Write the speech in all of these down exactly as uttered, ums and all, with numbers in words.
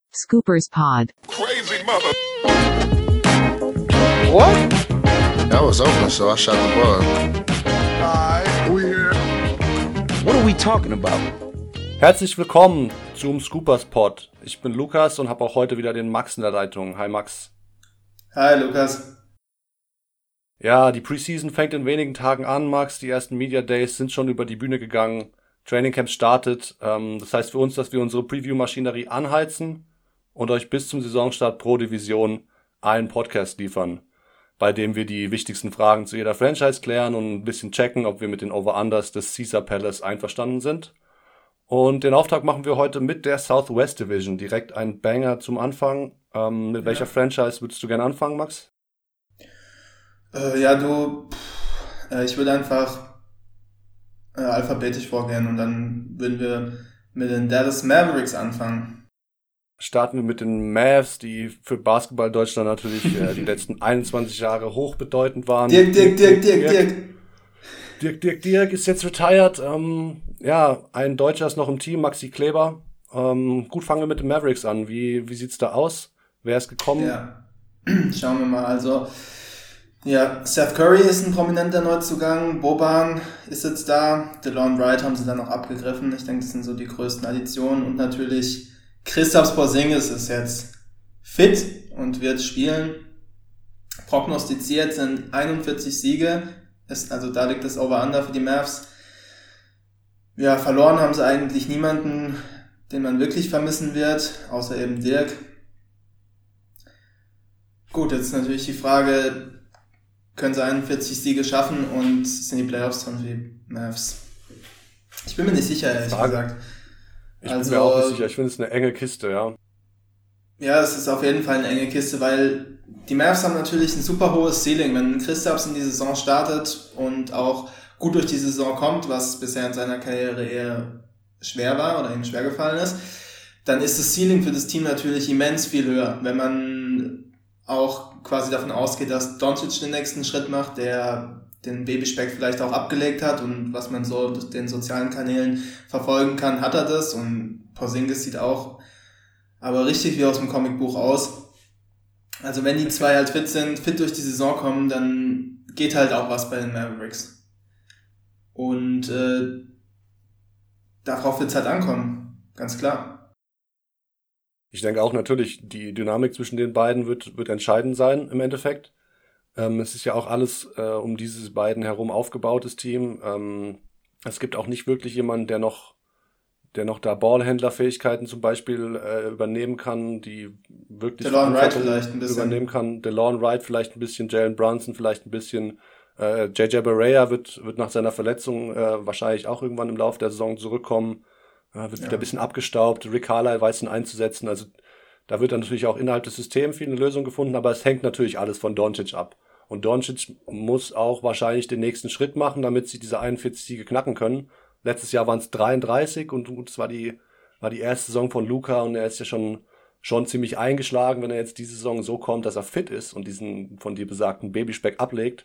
Scoopers Pod. Crazy mother. What? That was open, so I shot the ball. Alright, we here. What are we talking about? Herzlich willkommen zum Scoopers Pod. Ich bin Lukas und habe auch heute wieder den Max in der Leitung. Hi Max. Hi Lukas. Ja, die Preseason fängt in wenigen Tagen an, Max. Die ersten Media Days sind schon über die Bühne gegangen. Training Camp startet. Ähm, das heißt für uns, dass wir unsere Preview-Maschinerie anheizen und euch bis zum Saisonstart pro Division einen Podcast liefern, bei dem wir die wichtigsten Fragen zu jeder Franchise klären und ein bisschen checken, ob wir mit den Over-Unders des Caesar Palace einverstanden sind. Und den Auftrag machen wir heute mit der Southwest Division. Direkt ein Banger zum Anfang. Ähm, mit welcher ja. Franchise würdest du gerne anfangen, Max? Äh, ja, du, pff, äh, ich würde einfach äh, alphabetisch vorgehen und dann würden wir mit den Dallas Mavericks anfangen. Starten wir mit den Mavs, die für Basketball Deutschland natürlich äh, die letzten einundzwanzig Jahre hochbedeutend waren. Dirk, Dirk, Dirk, Dirk, Dirk. Dirk, Dirk, Dirk ist jetzt retired. Ähm, ja, ein Deutscher ist noch im Team, Maxi Kleber. Ähm, gut, fangen wir mit den Mavericks an. Wie, wie sieht's da aus? Wer ist gekommen? Ja, schauen wir mal. Also, ja, Seth Curry ist ein prominenter Neuzugang. Boban ist jetzt da. DeLon Wright haben sie dann noch abgegriffen. Ich denke, das sind so die größten Additionen. Und natürlich Kristaps Porzingis ist jetzt fit und wird spielen. Prognostiziert sind einundvierzig Siege. Ist, also da liegt das Over-Under für die Mavs. Ja, verloren haben sie eigentlich niemanden, den man wirklich vermissen wird, außer eben Dirk. Gut, jetzt natürlich die Frage, können sie einundvierzig Siege schaffen und sind die Playoffs dran für die Mavs? Ich bin mir nicht sicher, ehrlich Frage. gesagt. Ich also, bin mir auch nicht sicher. Ich finde es eine enge Kiste, ja. Ja, es ist auf jeden Fall eine enge Kiste, weil die Mavs haben natürlich ein super hohes Ceiling. Wenn Kristaps in die Saison startet und auch gut durch die Saison kommt, was bisher in seiner Karriere eher schwer war oder ihm schwer gefallen ist, dann ist das Ceiling für das Team natürlich immens viel höher. Wenn man auch quasi davon ausgeht, dass Doncic den nächsten Schritt macht, der den Babyspeck vielleicht auch abgelegt hat und was man so durch den sozialen Kanälen verfolgen kann, hat er das. Und Porzingis sieht auch aber richtig wie aus dem Comicbuch aus. Also wenn die zwei halt fit sind, fit durch die Saison kommen, dann geht halt auch was bei den Mavericks. Und äh, darauf wird's halt ankommen, ganz klar. Ich denke auch natürlich, die Dynamik zwischen den beiden wird, wird entscheidend sein im Endeffekt. Ähm, es ist ja auch alles äh, um diese beiden herum aufgebautes Team. Ähm, es gibt auch nicht wirklich jemanden, der noch der noch da Ballhändlerfähigkeiten zum Beispiel äh, übernehmen kann, die wirklich DeLon Wright vielleicht ein bisschen übernehmen kann. DeLon Wright vielleicht ein bisschen, Jalen Brunson vielleicht ein bisschen. Äh, J J Barea wird wird nach seiner Verletzung äh, wahrscheinlich auch irgendwann im Laufe der Saison zurückkommen. Äh, wird ja. wieder ein bisschen abgestaubt. Rick Carlisle weiß ihn einzusetzen. Also da wird dann natürlich auch innerhalb des Systems viel eine Lösung gefunden, aber es hängt natürlich alles von Doncic ab. Und Doncic muss auch wahrscheinlich den nächsten Schritt machen, damit sie diese einundvierzig Siege knacken können. Letztes Jahr waren es dreiunddreißig und gut, es war die, war die erste Saison von Luka und er ist ja schon, schon ziemlich eingeschlagen. Wenn er jetzt diese Saison so kommt, dass er fit ist und diesen von dir besagten Babyspeck ablegt,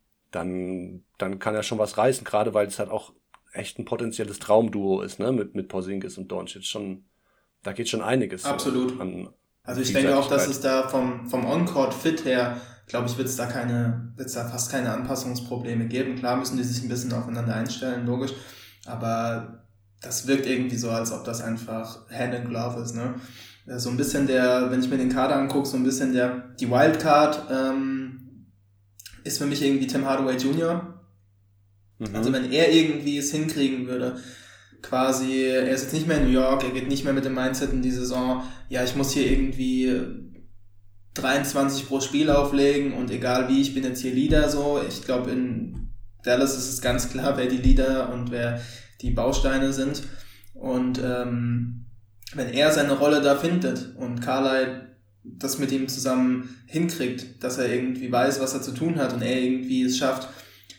dann, dann kann er schon was reißen, gerade weil es halt auch echt ein potenzielles Traumduo ist, ne, mit, mit Porzingis und Doncic. Schon, da geht schon einiges. Absolut. An, also ich denke auch, dass es da vom, vom On-Court-Fit her, glaube ich, wird es da keine, wird es da fast keine Anpassungsprobleme geben. Klar müssen die sich ein bisschen aufeinander einstellen, logisch. Aber das wirkt irgendwie so, als ob das einfach Hand in Glove ist, ne? So ein bisschen der, wenn ich mir den Kader angucke, so ein bisschen der, die Wildcard, ähm, ist für mich irgendwie Tim Hardaway Junior Mhm. Also wenn er irgendwie es hinkriegen würde, quasi, er ist jetzt nicht mehr in New York, er geht nicht mehr mit dem Mindset in die Saison, ja, ich muss hier irgendwie dreiundzwanzig pro Spiel auflegen und egal wie, ich bin jetzt hier Leader, so. Ich glaube, in Dallas ist es ganz klar, wer die Leader und wer die Bausteine sind. Und ähm, wenn er seine Rolle da findet und Carlisle das mit ihm zusammen hinkriegt, dass er irgendwie weiß, was er zu tun hat und er irgendwie es schafft,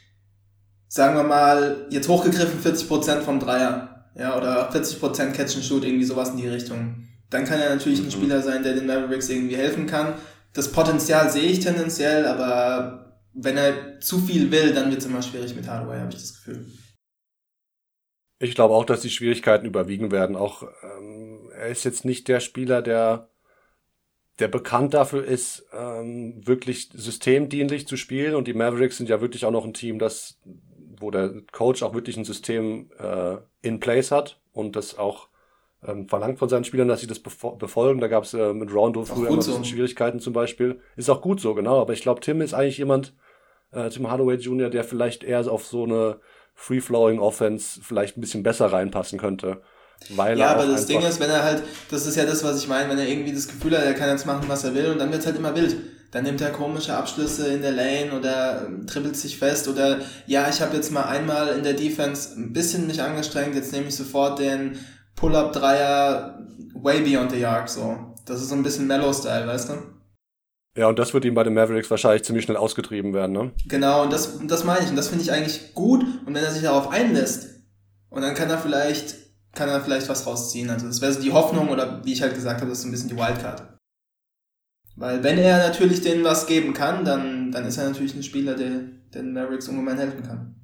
sagen wir mal, jetzt hochgegriffen vierzig Prozent vom Dreier, ja, oder vierzig Prozent Catch and Shoot, irgendwie sowas in die Richtung. Dann kann er natürlich ein Spieler sein, der den Mavericks irgendwie helfen kann. Das Potenzial sehe ich tendenziell, aber wenn er zu viel will, dann wird es immer schwierig mit Hardaway, habe ich das Gefühl. Ich glaube auch, dass die Schwierigkeiten überwiegen werden. Auch ähm, er ist jetzt nicht der Spieler, der, der bekannt dafür ist, ähm, wirklich systemdienlich zu spielen. Und die Mavericks sind ja wirklich auch noch ein Team, das, wo der Coach auch wirklich ein System äh, in place hat und das auch ähm, verlangt von seinen Spielern, dass sie das befo- befolgen. Da gab es äh, mit Rondo früher immer ein bisschen so. Schwierigkeiten zum Beispiel. Ist auch gut so, genau. Aber ich glaube, Tim ist eigentlich jemand, äh, Tim Hardaway Junior, der vielleicht eher auf so eine Free-Flowing Offense vielleicht ein bisschen besser reinpassen könnte. Weil ja, aber das Ding ist, wenn er halt, das ist ja das, was ich meine, wenn er irgendwie das Gefühl hat, er kann jetzt machen, was er will, und dann wird's halt immer wild. Dann nimmt er komische Abschlüsse in der Lane oder ähm, dribbelt sich fest oder ja, ich habe jetzt mal einmal in der Defense ein bisschen mich angestrengt, jetzt nehme ich sofort den Pull-Up-Dreier way beyond the arc, so. Das ist so ein bisschen Mellow-Style, weißt du? Ja, und das wird ihm bei den Mavericks wahrscheinlich ziemlich schnell ausgetrieben werden, ne? Genau, und das, das meine ich, und das finde ich eigentlich gut, und wenn er sich darauf einlässt, und dann kann er vielleicht kann er vielleicht was rausziehen. Also das wäre so die Hoffnung, oder wie ich halt gesagt habe, das ist so ein bisschen die Wildcard. Weil wenn er natürlich denen was geben kann, dann, dann ist er natürlich ein Spieler, der den Mavericks ungemein helfen kann.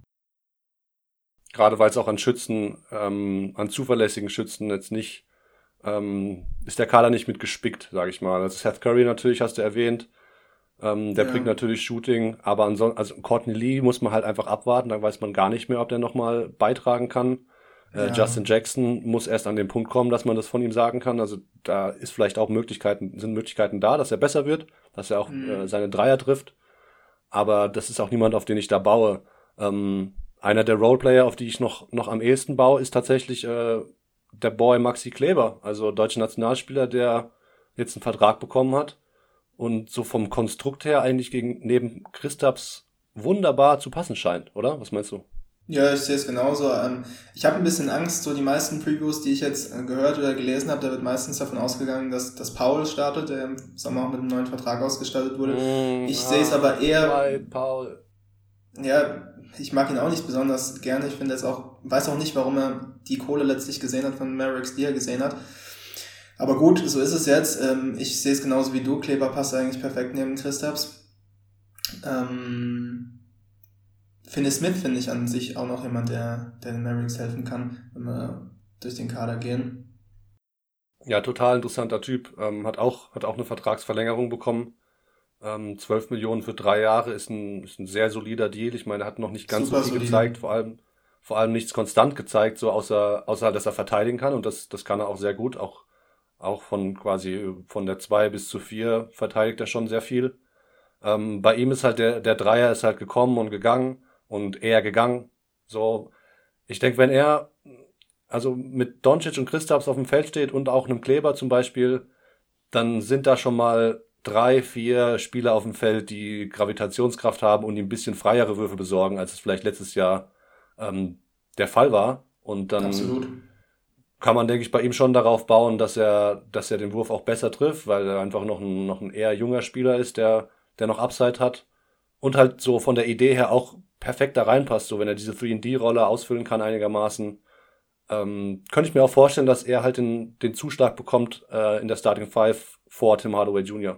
Gerade weil es auch an Schützen, ähm, an zuverlässigen Schützen jetzt nicht, ähm, ist der Kader nicht mit gespickt, sage ich mal. Also Seth Curry natürlich, hast du erwähnt, ähm, der ja. bringt natürlich Shooting, aber ansonsten, also Courtney Lee muss man halt einfach abwarten, dann weiß man gar nicht mehr, ob der nochmal beitragen kann. Ja. Justin Jackson muss erst an den Punkt kommen, dass man das von ihm sagen kann. Also da ist vielleicht auch Möglichkeiten, sind Möglichkeiten da, dass er besser wird, dass er auch mhm. äh, seine Dreier trifft. Aber das ist auch niemand, auf den ich da baue. Ähm, einer der Roleplayer, auf die ich noch noch am ehesten baue, ist tatsächlich äh, der Boy Maxi Kleber, also deutscher Nationalspieler, der jetzt einen Vertrag bekommen hat und so vom Konstrukt her eigentlich gegen neben Kristaps wunderbar zu passen scheint, oder? Was meinst du? Ja, ich sehe es genauso. Ich habe ein bisschen Angst, so die meisten Previews, die ich jetzt gehört oder gelesen habe, da wird meistens davon ausgegangen, dass, dass Paul startet, der im Sommer auch mit einem neuen Vertrag ausgestattet wurde. Mm, ich ah, sehe es aber eher... Paul. Ja, ich mag ihn auch nicht besonders gerne. Ich finde es auch, weiß auch nicht, warum er die Kohle letztlich gesehen hat von den Mavericks, die er gesehen hat. Aber gut, so ist es jetzt. Ich sehe es genauso wie du. Kleber passt eigentlich perfekt neben Kristaps. Ähm... Finney Smith finde ich an sich auch noch jemand, der, der den Mavericks helfen kann, wenn wir durch den Kader gehen. Ja, total interessanter Typ. Ähm, hat auch hat auch eine Vertragsverlängerung bekommen. Ähm, zwölf Millionen für drei Jahre ist ein, ist ein sehr solider Deal. Ich meine, er hat noch nicht ganz Super so viel solide. gezeigt, vor allem vor allem nichts konstant gezeigt, so außer außer dass er verteidigen kann, und das das kann er auch sehr gut. Auch auch von quasi von der zwei bis zu vier verteidigt er schon sehr viel. Ähm, bei ihm ist halt der der Dreier ist halt gekommen und gegangen. Und eher gegangen. So, ich denke, wenn er also mit Doncic und Kristaps auf dem Feld steht und auch einem Kleber zum Beispiel, dann sind da schon mal drei, vier Spieler auf dem Feld, die Gravitationskraft haben und ihm ein bisschen freiere Würfe besorgen, als es vielleicht letztes Jahr ähm, der Fall war. Und dann Absolut. kann man, denke ich, bei ihm schon darauf bauen, dass er, dass er den Wurf auch besser trifft, weil er einfach noch ein, noch ein eher junger Spieler ist, der, der noch Upside hat. Und halt so von der Idee her auch perfekt da reinpasst, so wenn er diese drei und D-Rolle ausfüllen kann einigermaßen. Ähm, könnte ich mir auch vorstellen, dass er halt den, den Zuschlag bekommt äh, in der Starting Five vor Tim Hardaway Junior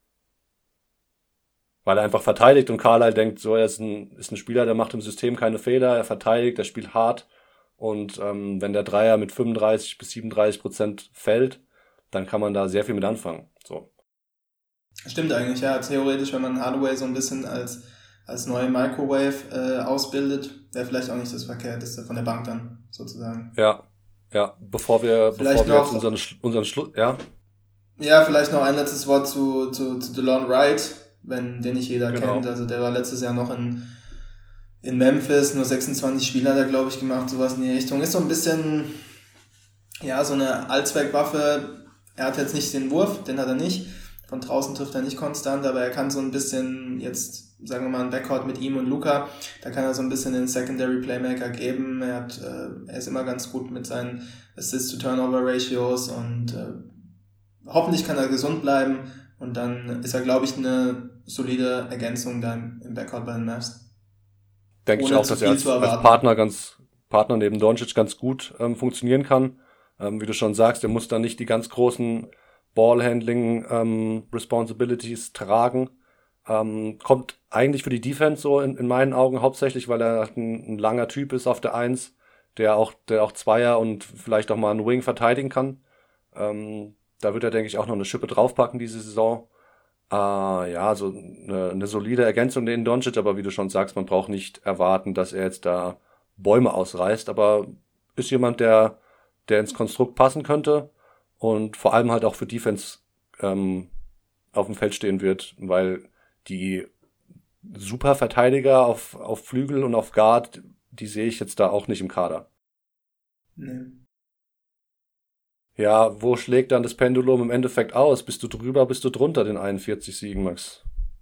Weil er einfach verteidigt und Carlisle denkt, so, er ist ein, ist ein Spieler, der macht im System keine Fehler, er verteidigt, er spielt hart, und ähm, wenn der Dreier mit fünfunddreißig bis siebenunddreißig Prozent fällt, dann kann man da sehr viel mit anfangen. So. Stimmt eigentlich, ja. Theoretisch, wenn man Hardaway so ein bisschen als als neue Microwave äh, ausbildet, wäre vielleicht auch nicht das Verkehrteste von der Bank dann, sozusagen. Ja, ja, bevor wir, vielleicht bevor wir noch, jetzt unseren, unseren Schluss, ja. Ja, vielleicht noch ein letztes Wort zu, zu, zu DeLon Wright, wenn den nicht jeder genau. kennt. Also der war letztes Jahr noch in, in Memphis, nur sechsundzwanzig Spieler da, glaube ich, gemacht, sowas in die Richtung. Ist so ein bisschen, ja, so eine Allzweckwaffe. Er hat jetzt nicht den Wurf, den hat er nicht. Von draußen trifft er nicht konstant, aber er kann so ein bisschen jetzt, sagen wir mal, ein Backcourt mit ihm und Luka, da kann er so ein bisschen den Secondary Playmaker geben. Er hat, äh, er ist immer ganz gut mit seinen Assist-to-Turnover-Ratios und äh, hoffentlich kann er gesund bleiben, und dann ist er, glaube ich, eine solide Ergänzung dann im Backcourt bei den Mavs. Denke ich auch, dass er als, als Partner ganz Partner neben Doncic ganz gut ähm, funktionieren kann. Ähm, wie du schon sagst, er muss dann nicht die ganz großen Ballhandling ähm, Responsibilities tragen. Ähm, kommt eigentlich für die Defense so in, in meinen Augen hauptsächlich, weil er ein, ein langer Typ ist auf der Eins, der auch, der auch Zweier und vielleicht auch mal einen Wing verteidigen kann. Ähm, da wird er, denke ich, auch noch eine Schippe draufpacken diese Saison. Äh, ja, so eine, eine solide Ergänzung in Doncic, aber wie du schon sagst, man braucht nicht erwarten, dass er jetzt da Bäume ausreißt, aber ist jemand, der, der ins Konstrukt passen könnte und vor allem halt auch für Defense ähm, auf dem Feld stehen wird, weil die super Verteidiger auf, auf Flügel und auf Guard, die sehe ich jetzt da auch nicht im Kader. Nee. Ja, wo schlägt dann das Pendulum im Endeffekt aus? Bist du drüber, bist du drunter den einundvierzig Siegen, Max?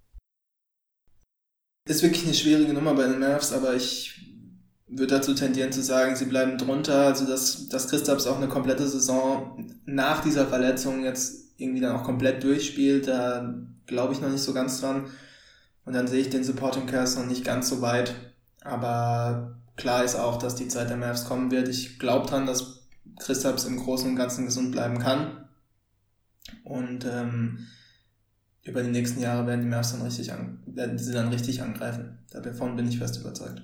Ist wirklich eine schwierige Nummer bei den Mavs, aber ich würde dazu tendieren zu sagen, sie bleiben drunter. Also dass, dass Kristaps auch eine komplette Saison nach dieser Verletzung jetzt irgendwie dann auch komplett durchspielt, da glaube ich noch nicht so ganz dran. Und dann sehe ich den Supporting Cast noch nicht ganz so weit. Aber klar ist auch, dass die Zeit der Mavs kommen wird. Ich glaube dran, dass Kristaps im Großen und Ganzen gesund bleiben kann. Und ähm, über die nächsten Jahre werden die Mavs dann richtig an, werden sie dann richtig angreifen. Davon bin ich fest überzeugt.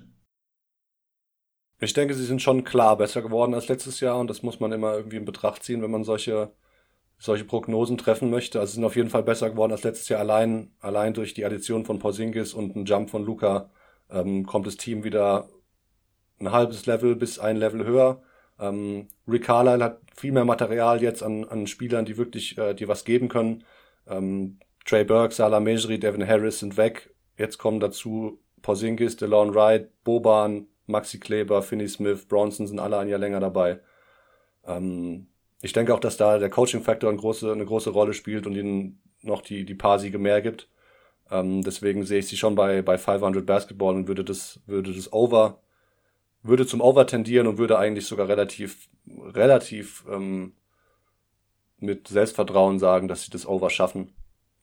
Ich denke, sie sind schon klar besser geworden als letztes Jahr und das muss man immer irgendwie in Betracht ziehen, wenn man solche, solche Prognosen treffen möchte. Also sie sind auf jeden Fall besser geworden als letztes Jahr. Allein, allein durch die Addition von Porzingis und einen Jump von Luka ähm, kommt das Team wieder ein halbes Level bis ein Level höher. Ähm, Rick Carlisle hat viel mehr Material jetzt an, an Spielern, die wirklich äh, dir was geben können. Ähm, Trey Burke, Salah Mejri, Devin Harris sind weg. Jetzt kommen dazu Porzingis, DeLon Wright, Boban, Maxi Kleber, Finney Smith, Bronson sind alle ein Jahr länger dabei. Ähm, ich denke auch, dass da der Coaching-Faktor eine große, eine große Rolle spielt und ihnen noch die, die paar Siege mehr gibt. Ähm, deswegen sehe ich sie schon bei, bei fünfhundert Basketball und würde das, würde das Over, würde zum Over tendieren und würde eigentlich sogar relativ, relativ ähm, mit Selbstvertrauen sagen, dass sie das Over schaffen.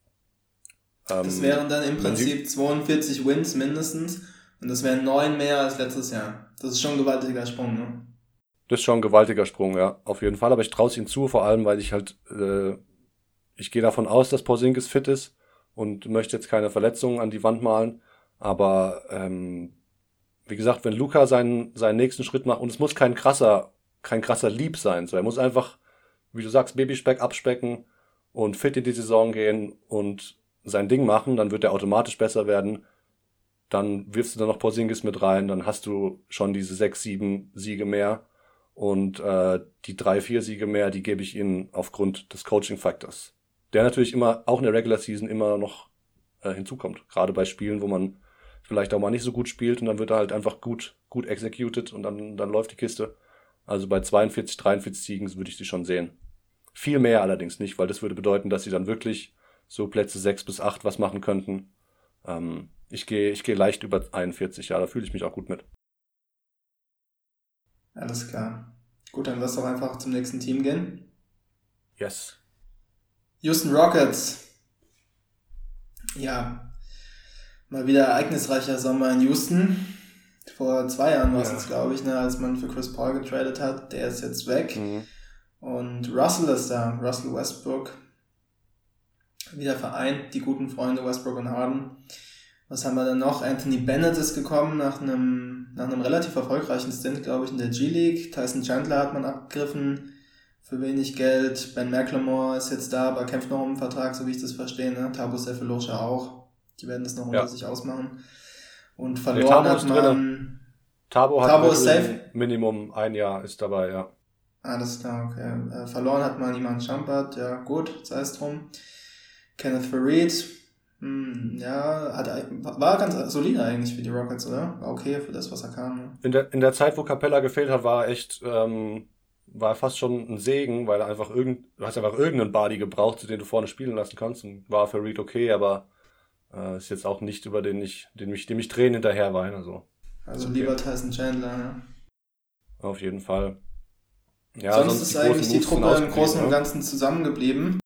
Ähm, das wären dann im Prinzip zweiundvierzig Wins mindestens. Und das wären neun mehr als letztes Jahr. Das ist schon ein gewaltiger Sprung, ne? Das ist schon ein gewaltiger Sprung, ja, auf jeden Fall. Aber ich traue es ihnen zu, vor allem, weil ich halt, äh, ich gehe davon aus, dass Porzingis fit ist und möchte jetzt keine Verletzungen an die Wand malen. Aber ähm, wie gesagt, wenn Luka seinen seinen nächsten Schritt macht, und es muss kein krasser, kein krasser Leap sein, so er muss einfach, wie du sagst, Babyspeck abspecken und fit in die Saison gehen und sein Ding machen, dann wird er automatisch besser werden. Dann wirfst du da noch Porzingis mit rein, dann hast du schon diese sechs, sieben Siege mehr und äh, die drei, vier Siege mehr, die gebe ich ihnen aufgrund des Coaching-Faktors, der natürlich immer, auch in der Regular Season immer noch äh, hinzukommt, gerade bei Spielen, wo man vielleicht auch mal nicht so gut spielt und dann wird er halt einfach gut gut executed und dann dann läuft die Kiste. Also bei zweiundvierzig, dreiundvierzig Siegen würde ich sie schon sehen. Viel mehr allerdings nicht, weil das würde bedeuten, dass sie dann wirklich so Plätze sechs bis acht was machen könnten. Ähm, Ich gehe ich gehe leicht über einundvierzig, ja, da fühle ich mich auch gut mit. Alles klar. Gut, dann lass doch einfach zum nächsten Team gehen. Yes. Houston Rockets. Ja, mal wieder ereignisreicher Sommer in Houston. Vor zwei Jahren war es Ja. jetzt, glaube ich, ne, als man für Chris Paul getradet hat. Der ist jetzt weg. Mhm. Und Russell ist da, Russell Westbrook. Wieder vereint, die guten Freunde Westbrook und Harden. Was haben wir dann noch? Anthony Bennett ist gekommen nach einem, nach einem relativ erfolgreichen Stint, glaube ich, in der G-League. Tyson Chandler hat man abgegriffen für wenig Geld. Ben McLemore ist jetzt da, aber kämpft noch um einen Vertrag, so wie ich das verstehe. Ne? Thabo Sefolosha auch. Die werden das noch unter Ja. sich ausmachen. Und Nee, verloren Thabo hat ist man... Thabo hat Thabo ist Minimum- safe. Minimum ein Jahr ist dabei, ja. Alles klar, okay. Äh, verloren hat man Iman Shumpert, ja gut, sei es drum. Kenneth Faried, hm, ja, hat, war ganz solide eigentlich für die Rockets, oder? War okay für das, was er kam. Ne? In der in der Zeit, wo Capella gefehlt hat, war er echt ähm, war er fast schon ein Segen, weil er einfach irgend du hast einfach irgendeinen Body gebraucht, den du vorne spielen lassen kannst, und war für Reed okay, aber äh, ist jetzt auch nicht, über den ich den mich dem ich Tränen hinterher weine, also Also okay. lieber Tyson Chandler, ne? Auf jeden Fall. Ja, sonst, ist die eigentlich großen die Moves sind Truppe im ausgeblieben, Großen und ne? Ganzen zusammengeblieben.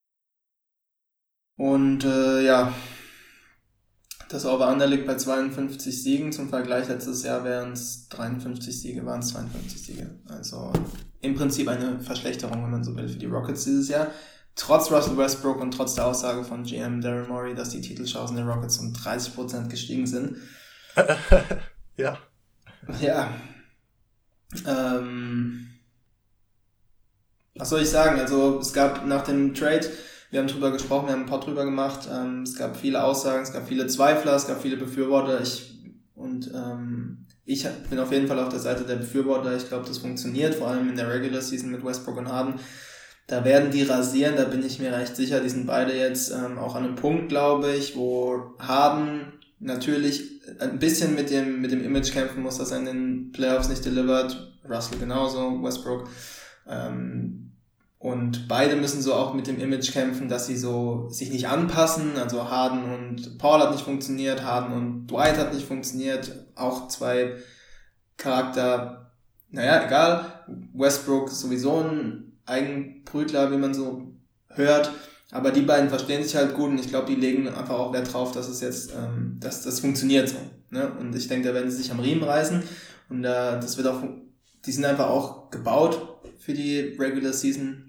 Und äh, ja, das Over-Under liegt bei zweiundfünfzig Siegen. Zum Vergleich, letztes Jahr wären es dreiundfünfzig Siege, waren es zweiundfünfzig Siege. Also im Prinzip eine Verschlechterung, wenn man so will, für die Rockets dieses Jahr. Trotz Russell Westbrook und trotz der Aussage von G M Daryl Morey, dass die Titelchancen der Rockets um dreißig Prozent gestiegen sind. Ja. Ja. Ähm, Was soll ich sagen? Also es gab nach dem Trade, wir haben drüber gesprochen, wir haben ein paar drüber gemacht, ähm, es gab viele Aussagen, es gab viele Zweifler, es gab viele Befürworter. Ich und ähm, ich bin auf jeden Fall auf der Seite der Befürworter. Ich glaube, das funktioniert, vor allem in der Regular Season mit Westbrook und Harden. Da werden die rasieren, da bin ich mir recht sicher. Die sind beide jetzt ähm, auch an einem Punkt, glaube ich, wo Harden natürlich ein bisschen mit dem mit dem Image kämpfen muss, dass er in den Playoffs nicht delivert. Russell genauso, Westbrook. Ähm, und beide müssen so auch mit dem Image kämpfen, dass sie so sich nicht anpassen. Also Harden und Paul hat nicht funktioniert, Harden und Dwight hat nicht funktioniert. Auch zwei Charakter, naja, egal. Westbrook ist sowieso ein Eigenbrötler, wie man so hört. Aber die beiden verstehen sich halt gut und ich glaube, die legen einfach auch Wert drauf, dass es jetzt, ähm, dass das funktioniert so. Ne? Und ich denke, da werden sie sich am Riemen reißen und äh, das wird auch, die sind einfach auch gebaut für die Regular Season.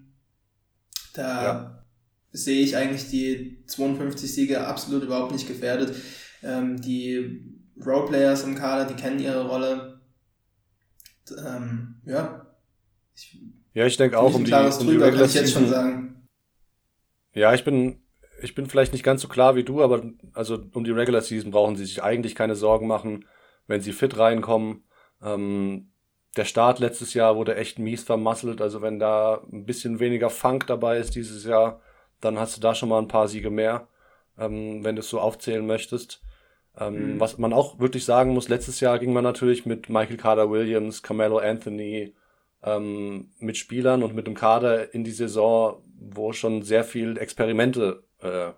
Da ja. sehe ich eigentlich die zweiundfünfzig Siege absolut überhaupt nicht gefährdet. Ähm, die Roleplayers im Kader, die kennen ihre Rolle. Ähm, ja. Ich, ja, ich denke auch um die, um die Regular Season. Sagen. Ja, ich bin, ich bin vielleicht nicht ganz so klar wie du, aber also um die Regular Season brauchen sie sich eigentlich keine Sorgen machen, wenn sie fit reinkommen. Ähm, der Start letztes Jahr wurde echt mies vermasselt, also wenn da ein bisschen weniger Funk dabei ist dieses Jahr, dann hast du da schon mal ein paar Siege mehr, ähm, wenn du es so aufzählen möchtest. Ähm, mhm. Was man auch wirklich sagen muss, letztes Jahr ging man natürlich mit Michael Carter-Williams, Carmelo Anthony, ähm, mit Spielern und mit einem Kader in die Saison, wo schon sehr viel Experimente äh,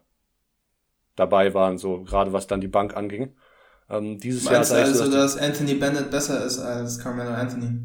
dabei waren, so gerade was dann die Bank anging. Ähm, dieses Meinst Jahr du also, dass Anthony Bennett besser ist als Carmelo Anthony?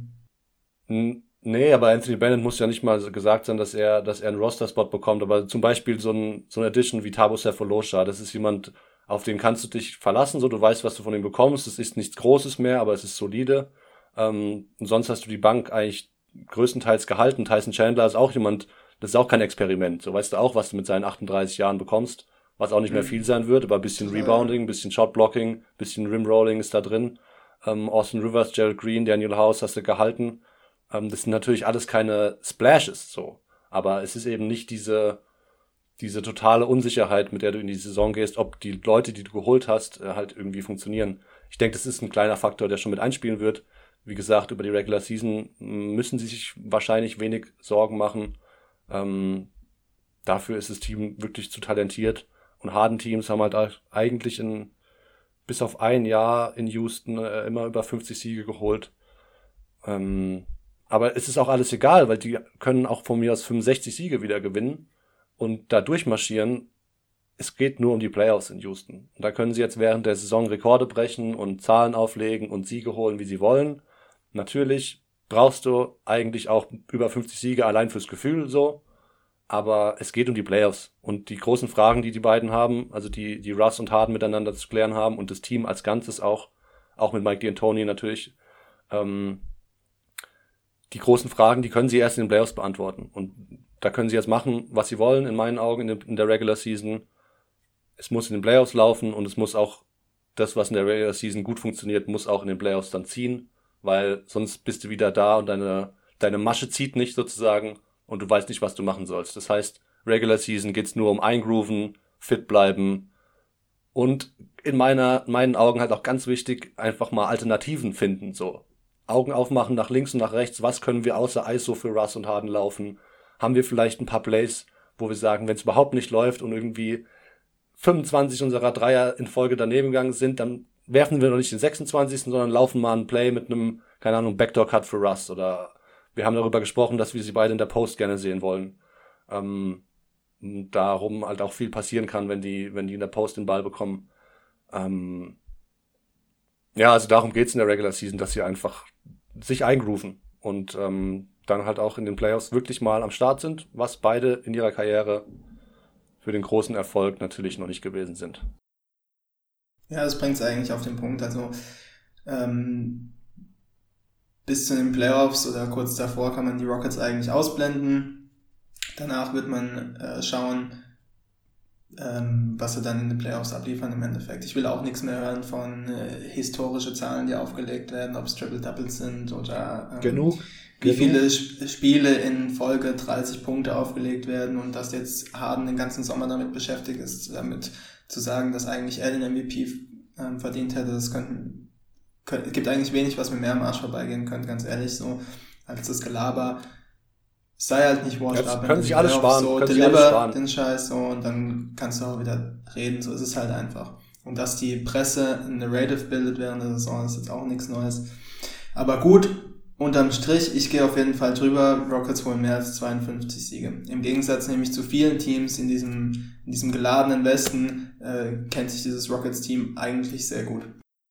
N- nee, aber Anthony Bennett muss ja nicht mal gesagt sein, dass er, dass er einen Roster-Spot bekommt, aber zum Beispiel so ein, so ein Addition wie Thabo Sefolosha, das ist jemand, auf den kannst du dich verlassen, so, du weißt, was du von ihm bekommst, es ist nichts Großes mehr, aber es ist solide. Ähm, und sonst hast du die Bank eigentlich größtenteils gehalten. Tyson Chandler ist auch jemand, das ist auch kein Experiment, so weißt du auch, was du mit seinen achtunddreißig Jahren bekommst. Was auch nicht mehr viel sein wird, aber ein bisschen Rebounding, ein bisschen Shotblocking, ein bisschen Rimrolling ist da drin. Ähm, Austin Rivers, Gerald Green, Daniel House hast du gehalten. Ähm, das sind natürlich alles keine Splashes, so. Aber es ist eben nicht diese, diese totale Unsicherheit, mit der du in die Saison gehst, ob die Leute, die du geholt hast, äh, halt irgendwie funktionieren. Ich denke, das ist ein kleiner Faktor, der schon mit einspielen wird. Wie gesagt, über die Regular Season müssen sie sich wahrscheinlich wenig Sorgen machen. Ähm, dafür ist das Team wirklich zu talentiert. Und Harden-Teams haben halt eigentlich in, bis auf ein Jahr in Houston äh, immer über fünfzig Siege geholt. Ähm, aber es ist auch alles egal, weil die können auch von mir aus fünfundsechzig Siege wieder gewinnen und da durchmarschieren. Es geht nur um die Playoffs in Houston. Und da können sie jetzt während der Saison Rekorde brechen und Zahlen auflegen und Siege holen, wie sie wollen. Natürlich brauchst du eigentlich auch über fünfzig Siege allein fürs Gefühl so. Aber es geht um die Playoffs und die großen Fragen, die die beiden haben, also die die Russ und Harden miteinander zu klären haben und das Team als Ganzes auch, auch mit Mike D'Antoni natürlich, ähm, die großen Fragen, die können sie erst in den Playoffs beantworten. Und da können sie jetzt machen, was sie wollen, in meinen Augen, in, in der Regular Season. Es muss in den Playoffs laufen und es muss auch das, was in der Regular Season gut funktioniert, muss auch in den Playoffs dann ziehen, weil sonst bist du wieder da und deine deine Masche zieht nicht sozusagen. Und du weißt nicht, was du machen sollst. Das heißt, Regular Season geht's nur um Eingrooven, fit bleiben und in meiner, in meinen Augen halt auch ganz wichtig, einfach mal Alternativen finden. So Augen aufmachen nach links und nach rechts. Was können wir außer I S O für Russ und Harden laufen? Haben wir vielleicht ein paar Plays, wo wir sagen, wenn es überhaupt nicht läuft und irgendwie fünfundzwanzig unserer Dreier in Folge daneben gegangen sind, dann werfen wir noch nicht den sechsundzwanzigsten, sondern laufen mal einen Play mit einem, keine Ahnung, Backdoor-Cut für Russ oder wir haben darüber gesprochen, dass wir sie beide in der Post gerne sehen wollen. Ähm, darum halt auch viel passieren kann, wenn die, wenn die in der Post den Ball bekommen. Ähm, ja, also darum geht's in der Regular Season, dass sie einfach sich eingrooven und ähm, dann halt auch in den Playoffs wirklich mal am Start sind, was beide in ihrer Karriere für den großen Erfolg natürlich noch nicht gewesen sind. Ja, das bringt's eigentlich auf den Punkt. Also ähm, bis zu den Playoffs oder kurz davor kann man die Rockets eigentlich ausblenden. Danach wird man äh, schauen, ähm, was sie dann in den Playoffs abliefern im Endeffekt. Ich will auch nichts mehr hören von äh, historische Zahlen, die aufgelegt werden, ob es Triple-Doubles sind oder ähm, Genug. wie Genug. viele Sp- Spiele in Folge dreißig Punkte aufgelegt werden und dass jetzt Harden den ganzen Sommer damit beschäftigt ist, damit zu sagen, dass eigentlich er den M V P ähm, verdient hätte. Das könnten, könnt, es gibt eigentlich wenig, was mir mehr am Arsch vorbeigehen könnte, ganz ehrlich, so als das Gelaber. Sei halt nicht washed Ja, up. können sich alles sparen, So, können sich alles deliver sparen. den Scheiß so und dann kannst du auch wieder reden. So ist es halt einfach. Und dass die Presse ein Narrative bildet während der Saison, ist jetzt auch nichts Neues. Aber gut, unterm Strich, ich gehe auf jeden Fall drüber. Rockets holen mehr als zweiundfünfzig Siege. Im Gegensatz nämlich zu vielen Teams in diesem, in diesem geladenen Westen äh, kennt sich dieses Rockets-Team eigentlich sehr gut.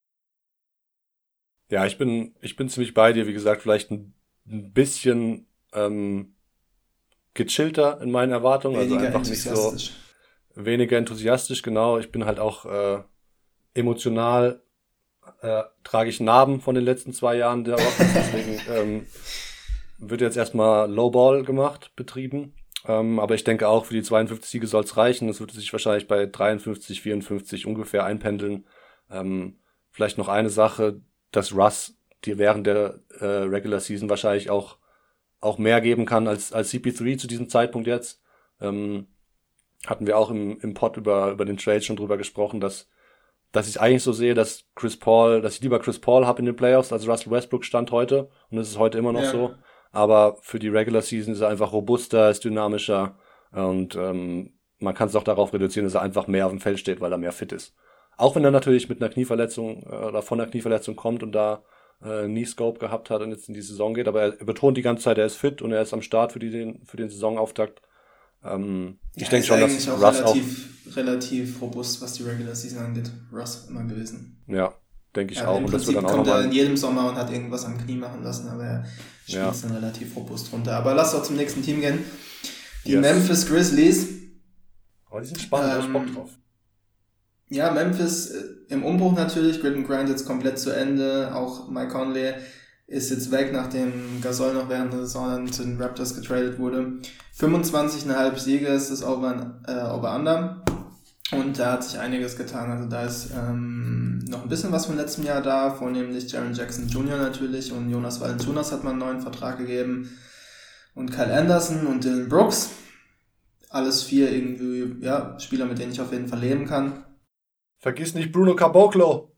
Ja, ich bin, ich bin ziemlich bei dir. Wie gesagt, vielleicht ein, ein bisschen ähm, gechillter in meinen Erwartungen. Also Weniger einfach nicht so enthusiastisch. weniger enthusiastisch, genau. Ich bin halt auch äh, emotional, äh, trage ich Narben von den letzten zwei Jahren der Rockets. Deswegen ähm, wird jetzt erstmal Lowball gemacht, betrieben. Ähm, aber ich denke auch, für die zweiundfünfzig Siege soll es reichen. Das wird sich wahrscheinlich bei dreiundfünfzig, vierundfünfzig ungefähr einpendeln. Ähm, vielleicht noch eine Sache, dass Russ dir während der äh, Regular Season wahrscheinlich auch auch mehr geben kann als als C P drei zu diesem Zeitpunkt jetzt. Ähm, hatten wir auch im im Pod über über den Trade schon drüber gesprochen, dass dass ich eigentlich so sehe, dass Chris Paul, dass ich lieber Chris Paul habe in den Playoffs als Russell Westbrook stand heute, und das ist heute immer noch Ja. so. Aber für die Regular Season ist er einfach robuster, ist dynamischer und ähm, man kann es auch darauf reduzieren, dass er einfach mehr auf dem Feld steht, weil er mehr fit ist. Auch wenn er natürlich mit einer Knieverletzung äh, oder von einer Knieverletzung kommt und da äh, Knee-Scope gehabt hat und jetzt in die Saison geht, aber er, er betont die ganze Zeit, er ist fit und er ist am Start für, die, den, für den Saisonauftakt. Ähm, ich Ja, denke ist schon, dass eigentlich auch Russ auch, relativ, relativ robust, was die Regular Season angeht. Russ immer gewesen. ja, denke ich Ja, auch. Im Und das wird Prinzip dann auch kommt er in nochmal, jedem Sommer und hat irgendwas am Knie machen lassen, aber er spielt Ja. es dann relativ robust runter. Aber lass doch zum nächsten Team gehen. Die Yes. Memphis Grizzlies. aber die sind spannend, da hab ich Bock Ähm, drauf. Ja, Memphis äh, im Umbruch natürlich. Grid and Grind jetzt komplett zu Ende. Auch Mike Conley ist jetzt weg, nachdem Gasol noch während der Saison dann zu den Raptors getradet wurde. fünfundzwanzig Komma fünf Siege ist das Over, äh, Over Under. Und da hat sich einiges getan. Also da ist ähm, noch ein bisschen was vom letzten Jahr da, vornehmlich Jaren Jackson Junior natürlich und Jonas Valanciunas hat man einen neuen Vertrag gegeben. Und Kyle Anderson und Dylan Brooks. Alles vier irgendwie, ja, Spieler, mit denen ich auf jeden Fall leben kann. Vergiss nicht Bruno Caboclo.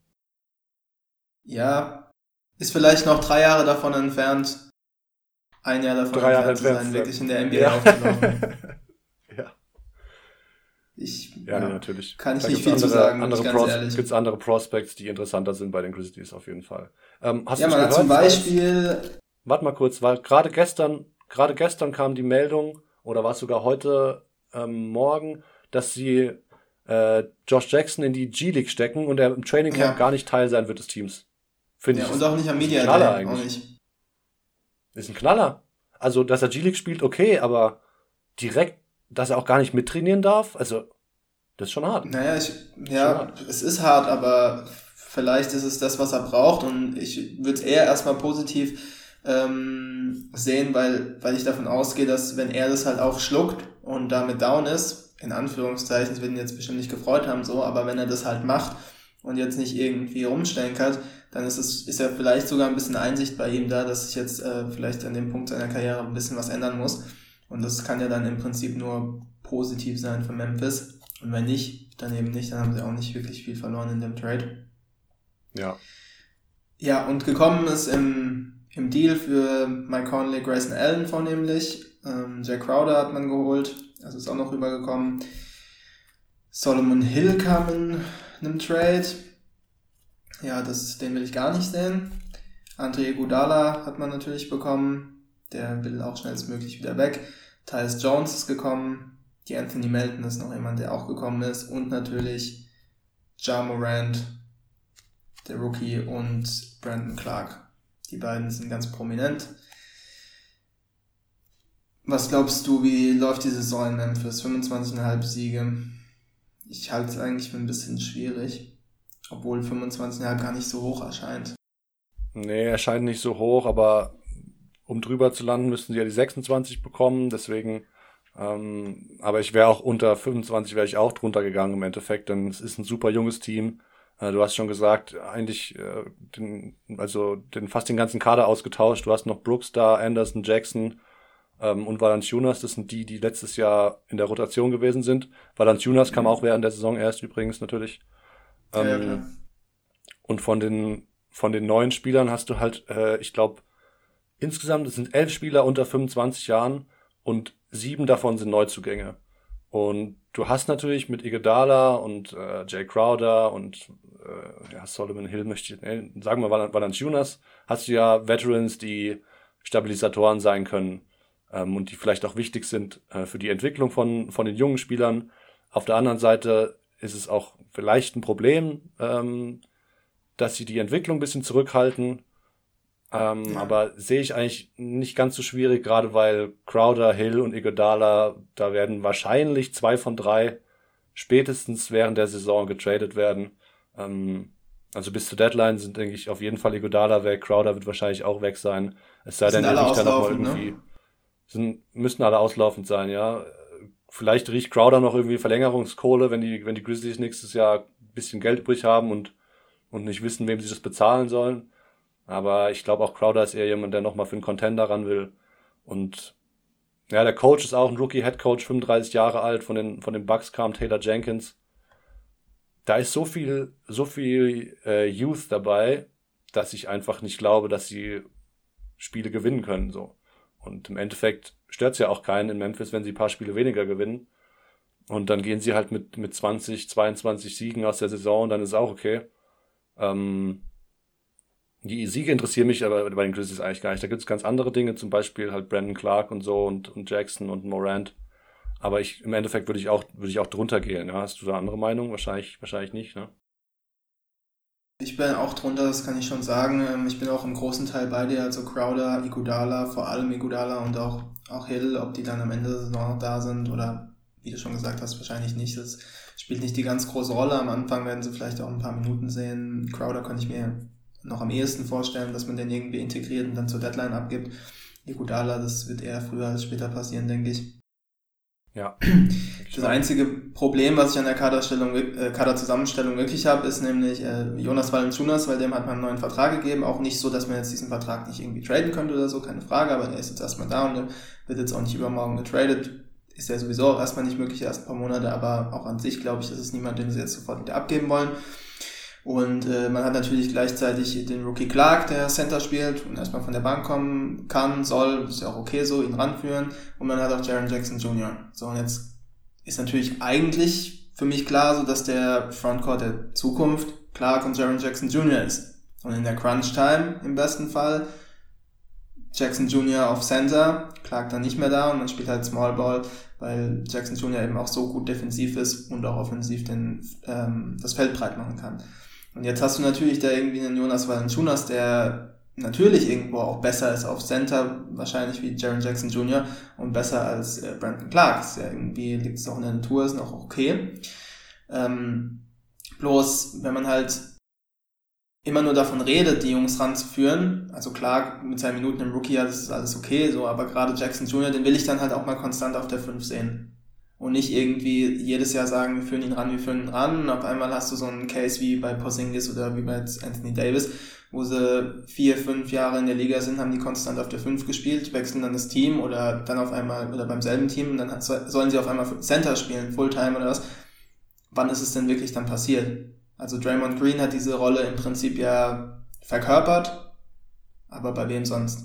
Ja, ist vielleicht noch drei Jahre davon entfernt, ein Jahr davon Drei Jahre entfernt zu sein, entfernt, wirklich in der N B A Ja. aufzulaufen. ja, Ich, ja, Nee, natürlich. Kann ich Da nicht gibt's viel zu andere, sagen, bin andere ich ganz Pros- ehrlich. Gibt's andere Prospects, die interessanter sind bei den Grizzlies auf jeden Fall. Ähm, hast Ja, du's man hat gehört? zum Beispiel, Warte mal kurz, weil gerade gestern, gerade gestern kam die Meldung, oder war es sogar heute ähm, Morgen, dass sie äh, Josh Jackson in die G-League stecken und er im Training Camp Ja. gar nicht Teil sein wird des Teams. Finde ja, ich. und auch nicht am Media Knaller Day, auch eigentlich. nicht. Ist ein Knaller. Also, dass er G-League spielt, okay, aber direkt, dass er auch gar nicht mittrainieren darf, also, das ist schon hart. Naja, ich, Schon ja, hart. es ist hart, aber vielleicht ist es das, was er braucht und ich würde es eher erstmal positiv ähm, sehen, weil, weil ich davon ausgehe, dass wenn er das halt auch schluckt und damit down ist, in Anführungszeichen, das wird ihn jetzt bestimmt nicht gefreut haben, so, aber wenn er das halt macht und jetzt nicht irgendwie rumstenkert, dann ist es, ist ja vielleicht sogar ein bisschen Einsicht bei ihm da, dass sich jetzt äh, vielleicht an dem Punkt seiner Karriere ein bisschen was ändern muss. Und das kann ja dann im Prinzip nur positiv sein für Memphis. Und wenn nicht, dann eben nicht, dann haben sie auch nicht wirklich viel verloren in dem Trade. Ja. Ja, und gekommen ist im, im Deal für Mike Conley, Grayson Allen vornehmlich. Ähm, Jack Crowder hat man geholt, also ist auch noch rübergekommen. Solomon Hill kam in einem Trade. Ja, das, den will ich gar nicht sehen. Andre Iguodala hat man natürlich bekommen. Der will auch schnellstmöglich wieder weg. Tyus Jones ist gekommen. Die Anthony Melton ist noch jemand, der auch gekommen ist. Und natürlich Ja Morant, der Rookie, und Brandon Clark. Die beiden sind ganz prominent. Was glaubst du, wie läuft die Saison in Memphis? fünfundzwanzig Komma fünf Siege. Ich halte es eigentlich für ein bisschen schwierig. Obwohl fünfundzwanzig Komma fünf gar nicht so hoch erscheint. Nee, er scheint nicht so hoch, aber um drüber zu landen, müssten sie ja die sechsundzwanzig bekommen. Deswegen Ähm, aber ich wäre auch unter fünfundzwanzig, wäre ich auch drunter gegangen im Endeffekt, denn es ist ein super junges Team. Äh, du hast schon gesagt, eigentlich äh, den, also den, fast den ganzen Kader ausgetauscht. Du hast noch Brooks da, Anderson, Jackson ähm, und Valanciunas. Das sind die, die letztes Jahr in der Rotation gewesen sind. Valanciunas kam auch während der Saison erst übrigens natürlich. Ähm, ja, klar. Und von den, von den neuen Spielern hast du halt, äh, ich glaube, insgesamt es sind elf Spieler unter fünfundzwanzig Jahren und sieben davon sind Neuzugänge. Und du hast natürlich mit Iguodala und äh, Jay Crowder und äh, ja, Solomon Hill möchte ich, äh, sagen wir mal Valanciunas, hast du ja Veterans, die Stabilisatoren sein können ähm, und die vielleicht auch wichtig sind äh, für die Entwicklung von, von den jungen Spielern. Auf der anderen Seite ist es auch vielleicht ein Problem, ähm, dass sie die Entwicklung ein bisschen zurückhalten. Ähm, ja. Aber sehe ich eigentlich nicht ganz so schwierig, gerade weil Crowder, Hill und Iguodala, da werden wahrscheinlich zwei von drei spätestens während der Saison getradet werden. Ähm, also bis zur Deadline sind, denke ich, auf jeden Fall Iguodala weg, Crowder wird wahrscheinlich auch weg sein. Es sei denn, er riecht da nochmal irgendwie. Ne? Sind, müssten alle auslaufend sein, ja. Vielleicht riecht Crowder noch irgendwie Verlängerungskohle, wenn die, wenn die Grizzlies nächstes Jahr ein bisschen Geld übrig haben und, und nicht wissen, wem sie das bezahlen sollen. Aber ich glaube auch Crowder ist eher jemand, der nochmal für einen Contender ran will. Und ja, der Coach ist auch ein Rookie-Head-Coach, fünfunddreißig Jahre alt, von den, von den Bucks kam Taylor Jenkins. Da ist so viel, so viel äh, Youth dabei, dass ich einfach nicht glaube, dass sie Spiele gewinnen können. So. Und im Endeffekt stört es ja auch keinen in Memphis, wenn sie ein paar Spiele weniger gewinnen. Und dann gehen sie halt mit, mit zwanzig, zweiundzwanzig Siegen aus der Saison und dann ist auch okay. Ähm, Die Siege interessieren mich aber bei den Grizzlies eigentlich gar nicht. Da gibt es ganz andere Dinge, zum Beispiel halt Brandon Clark und so und, und Jackson und Morant. Aber ich, im Endeffekt würde ich auch, würde ich auch drunter gehen. Ja? Hast du da andere Meinung? Wahrscheinlich, wahrscheinlich nicht, ne? Ich bin auch drunter, das kann ich schon sagen. Ich bin auch im großen Teil bei dir, also Crowder, Iguodala, vor allem Iguodala und auch, auch Hill, ob die dann am Ende der Saison noch da sind oder, wie du schon gesagt hast, wahrscheinlich nicht. Das spielt nicht die ganz große Rolle. Am Anfang werden sie vielleicht auch ein paar Minuten sehen. Crowder kann ich mir noch am ehesten vorstellen, dass man den irgendwie integriert und dann zur Deadline abgibt. Iguodala, das wird eher früher als später passieren, denke ich. Ja. Das einzige Problem, was ich an der Kaderstellung, äh, Kaderzusammenstellung wirklich habe, ist nämlich äh, Jonas Valanciunas, weil dem hat man einen neuen Vertrag gegeben. Auch nicht so, dass man jetzt diesen Vertrag nicht irgendwie traden könnte oder so, keine Frage, aber der ist jetzt erstmal da und der wird jetzt auch nicht übermorgen getradet. Ist ja sowieso auch erstmal nicht möglich, erst ein paar Monate, aber auch an sich, glaube ich, ist es niemand, den sie jetzt sofort wieder abgeben wollen. Und äh, man hat natürlich gleichzeitig den Rookie Clark, der Center spielt und erstmal von der Bank kommen kann, soll, ist ja auch okay so, ihn ranführen. Und man hat auch Jaren Jackson Junior So, und jetzt ist natürlich eigentlich für mich klar, so dass der Frontcourt der Zukunft Clark und Jaren Jackson Junior ist. Und in der Crunch-Time im besten Fall Jackson Junior auf Center, Clark dann nicht mehr da und man spielt halt Small Ball, weil Jackson Junior eben auch so gut defensiv ist und auch offensiv den, ähm, das Feld breit machen kann. Und jetzt hast du natürlich da irgendwie einen Jonas Valanciunas, der natürlich irgendwo auch besser ist auf Center, wahrscheinlich wie Jaren Jackson Junior und besser als äh, Brandon Clark. Ist ja irgendwie, liegt es auch in der Natur, ist noch okay. Ähm, bloß, wenn man halt immer nur davon redet, die Jungs ranzuführen, also Clark mit seinen Minuten im Rookie, ja, das ist alles okay, so, aber gerade Jackson Junior, den will ich dann halt auch mal konstant auf der fünf sehen. Und nicht irgendwie jedes Jahr sagen, wir führen ihn ran, wir führen ihn ran. Und auf einmal hast du so einen Case wie bei Porzingis oder wie bei Anthony Davis, wo sie vier, fünf Jahre in der Liga sind, haben die konstant auf der fünf gespielt, wechseln dann das Team oder dann auf einmal, oder beim selben Team, und dann hat, sollen sie auf einmal Center spielen, Fulltime oder was. Wann ist es denn wirklich dann passiert? Also Draymond Green hat diese Rolle im Prinzip ja verkörpert, aber bei wem sonst?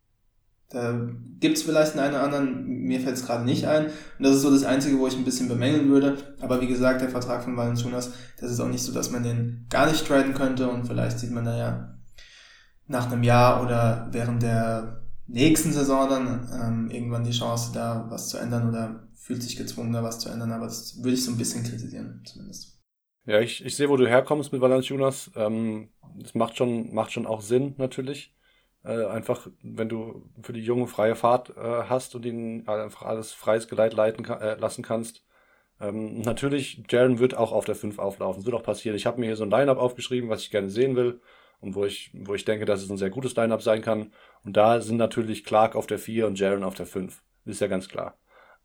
Da gibt's vielleicht einen oder anderen, mir fällt es gerade nicht ein. Und das ist so das Einzige, wo ich ein bisschen bemängeln würde. Aber wie gesagt, der Vertrag von Valanciunas, das ist auch nicht so, dass man den gar nicht traden könnte. Und vielleicht sieht man da ja nach einem Jahr oder während der nächsten Saison dann ähm, irgendwann die Chance, da was zu ändern oder fühlt sich gezwungen, da was zu ändern. Aber das würde ich so ein bisschen kritisieren, zumindest. Ja, ich, ich sehe, wo du herkommst mit Valanciunas. Ähm, das macht schon, macht schon auch Sinn, natürlich. Äh, einfach, wenn du für die Junge freie Fahrt äh, hast und ihnen einfach alles freies Geleit leiten kann, äh, lassen kannst. Ähm, natürlich, Jaren wird auch auf der fünf auflaufen. Das wird auch passieren. Ich habe mir hier so ein Line-Up aufgeschrieben, was ich gerne sehen will und wo ich, wo ich denke, dass es ein sehr gutes Line-Up sein kann. Und da sind natürlich Clark auf der vier und Jaren auf der fünf. Das ist ja ganz klar.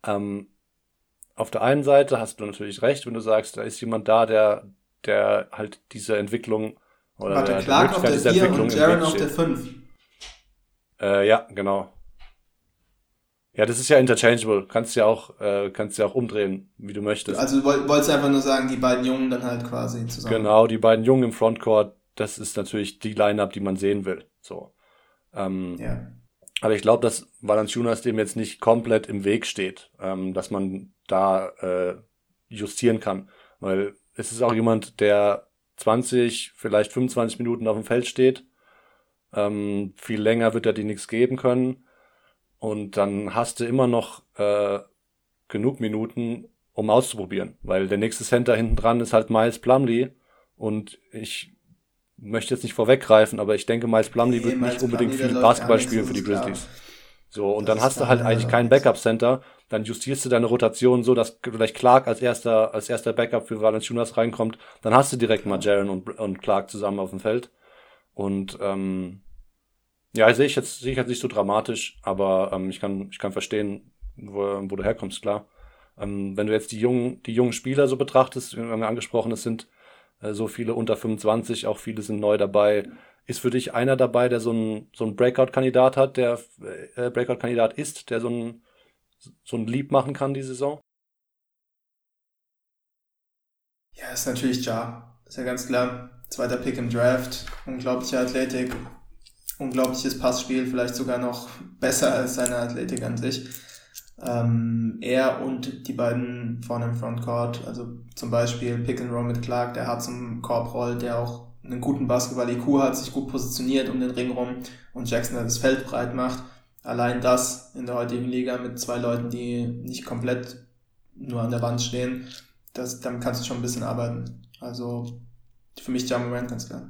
Ähm, auf der einen Seite hast du natürlich recht, wenn du sagst, da ist jemand da, der, der halt diese Entwicklung oder Warte, der, Clark der auf der vier und Jaren auf der fünf. Äh, ja, genau. Ja, das ist ja interchangeable. Kannst ja auch, äh, kannst ja auch umdrehen, wie du möchtest. Also du wolltest einfach nur sagen, die beiden Jungen dann halt quasi zusammen. Genau, die beiden Jungen im Frontcourt, das ist natürlich die Line-Up, die man sehen will. So. Ähm, ja. Aber ich glaube, dass Valanciunas dem jetzt nicht komplett im Weg steht, ähm, dass man da äh, justieren kann. Weil es ist auch jemand, der zwanzig, vielleicht fünfundzwanzig Minuten auf dem Feld steht. Ähm, viel länger wird er dir nichts geben können. Und dann hast du immer noch äh, genug Minuten, um auszuprobieren. Weil der nächste Center hinten dran ist halt Miles Plumlee. Und ich möchte jetzt nicht vorweggreifen, aber ich denke, Miles Plumlee Nee, wird Miles nicht unbedingt Plumlee, viel der Basketball läuft gar spielen für nichts, die das ist Grizzlies. So, und Das dann ist hast du klar, halt der eigentlich läuft keinen nichts. Backup-Center. Dann justierst du deine Rotation so, dass vielleicht Clark als erster, als erster Backup für Valanciunas reinkommt. Dann hast du direkt mal Jaren und, und Clark zusammen auf dem Feld. Und ähm, ja, sehe ich jetzt sehe ich jetzt nicht so dramatisch, aber ähm, ich kann ich kann verstehen, wo, wo du herkommst, klar. Ähm, wenn du jetzt die jungen die jungen Spieler so betrachtest, wir haben ja angesprochen, es sind äh, so viele unter fünfundzwanzig, auch viele sind neu dabei. Ist für dich einer dabei, der so ein so ein Breakout-Kandidat hat, der äh, Breakout-Kandidat ist, der so ein so ein Leap machen kann die Saison? Ja, ist natürlich Ja. Ist ja ganz klar. Zweiter Pick im Draft. Unglaubliche Athletik. Unglaubliches Passspiel. Vielleicht sogar noch besser als seine Athletik an sich. Ähm, er und die beiden vorne im Frontcourt, also zum Beispiel Pick and Roll mit Clark, der hart zum Korb rollt, der auch einen guten Basketball-I Q hat, sich gut positioniert um den Ring rum und Jackson das Feld breit macht. Allein das in der heutigen Liga mit zwei Leuten, die nicht komplett nur an der Wand stehen, das, damit kannst du schon ein bisschen arbeiten. Also für mich Ja Morant ganz klar.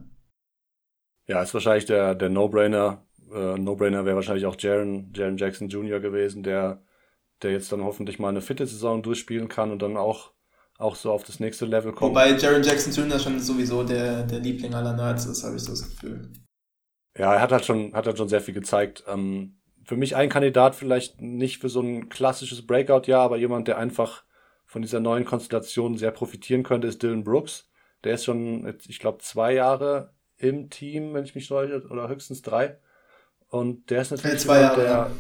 Ja, ist wahrscheinlich der der No-Brainer. Äh, No-Brainer wäre wahrscheinlich auch Jaren Jaren Jackson Junior gewesen, der der jetzt dann hoffentlich mal eine fitte Saison durchspielen kann und dann auch auch so auf das nächste Level kommt. Wobei Jaren Jackson Junior schon sowieso der, der Liebling aller Nerds ist, habe ich so das Gefühl. Ja, er hat halt schon, hat halt schon sehr viel gezeigt. Ähm, für mich ein Kandidat vielleicht nicht für so ein klassisches Breakout-Jahr, aber jemand, der einfach von dieser neuen Konstellation sehr profitieren könnte, ist Dylan Brooks. Der ist schon, jetzt, ich glaube, zwei Jahre im Team, wenn ich mich täusche, oder höchstens drei. Und der ist natürlich zwei jemand, Jahre, der, ja.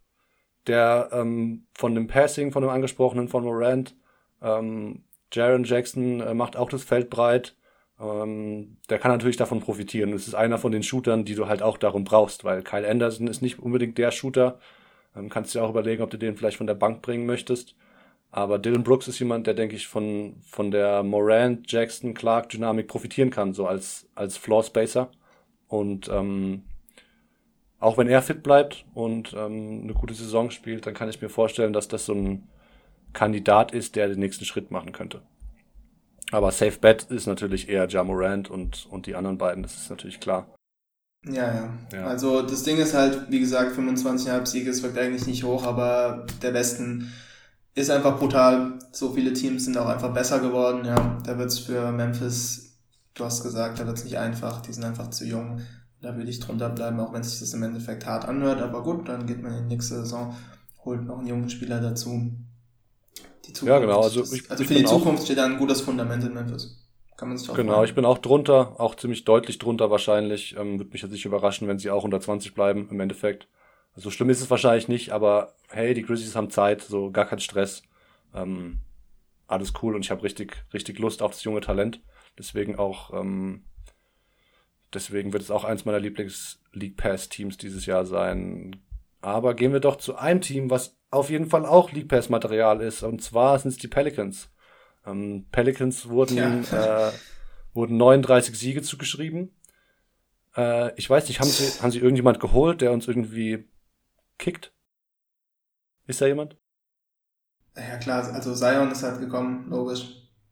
der ähm, von dem Passing, von dem angesprochenen, von Morant, ähm, Jaren Jackson äh, macht auch das Feld breit. Ähm, der kann natürlich davon profitieren. Das ist einer von den Shootern, die du halt auch darum brauchst, weil Kyle Anderson ist nicht unbedingt der Shooter. Ähm, kannst dir auch überlegen, ob du den vielleicht von der Bank bringen möchtest. Aber Dylan Brooks ist jemand, der, denke ich, von, von der Morant, Jackson, Clark Dynamik profitieren kann, so als, als Floor Spacer. Und ähm, auch wenn er fit bleibt und ähm, eine gute Saison spielt, dann kann ich mir vorstellen, dass das so ein Kandidat ist, der den nächsten Schritt machen könnte. Aber Safe Bet ist natürlich eher Ja Morant und, und die anderen beiden, das ist natürlich klar. Ja, ja, Ja. Also das Ding ist halt, wie gesagt, fünfundzwanzig Komma fünf Siege, es wirkt eigentlich nicht hoch, aber der Westen ist einfach brutal. So viele Teams sind auch einfach besser geworden. Ja, da wird's für Memphis, du hast gesagt, da wird's nicht einfach, die sind einfach zu jung. Da will ich drunter bleiben, auch wenn sich das im Endeffekt hart anhört. Aber gut, dann geht man in die nächste Saison, holt noch einen jungen Spieler dazu. Die Zukunft, Ja, genau, also das, ich- also ich für die bin auch- Zukunft steht da ein gutes Fundament in Memphis. Kann man sich auch Genau, freuen. ich bin auch drunter, auch ziemlich deutlich drunter wahrscheinlich. Ähm, Würde mich jetzt nicht überraschen, wenn sie auch unter zwanzig bleiben im Endeffekt. So schlimm ist es wahrscheinlich nicht, aber hey, die Grizzlies haben Zeit, so gar kein Stress. Ähm, alles cool und ich habe richtig, richtig Lust auf das junge Talent. Deswegen auch, ähm, deswegen wird es auch eins meiner Lieblings-League Pass-Teams dieses Jahr sein. Aber gehen wir doch zu einem Team, was auf jeden Fall auch League Pass-Material ist, und zwar sind es die Pelicans. Ähm, Pelicans wurden, Ja. äh, wurden neununddreißig Siege zugeschrieben. Äh, ich weiß nicht, haben sie, haben sie irgendjemand geholt, der uns irgendwie kickt? Ist da jemand? Ja klar, also Zion ist halt gekommen, logisch.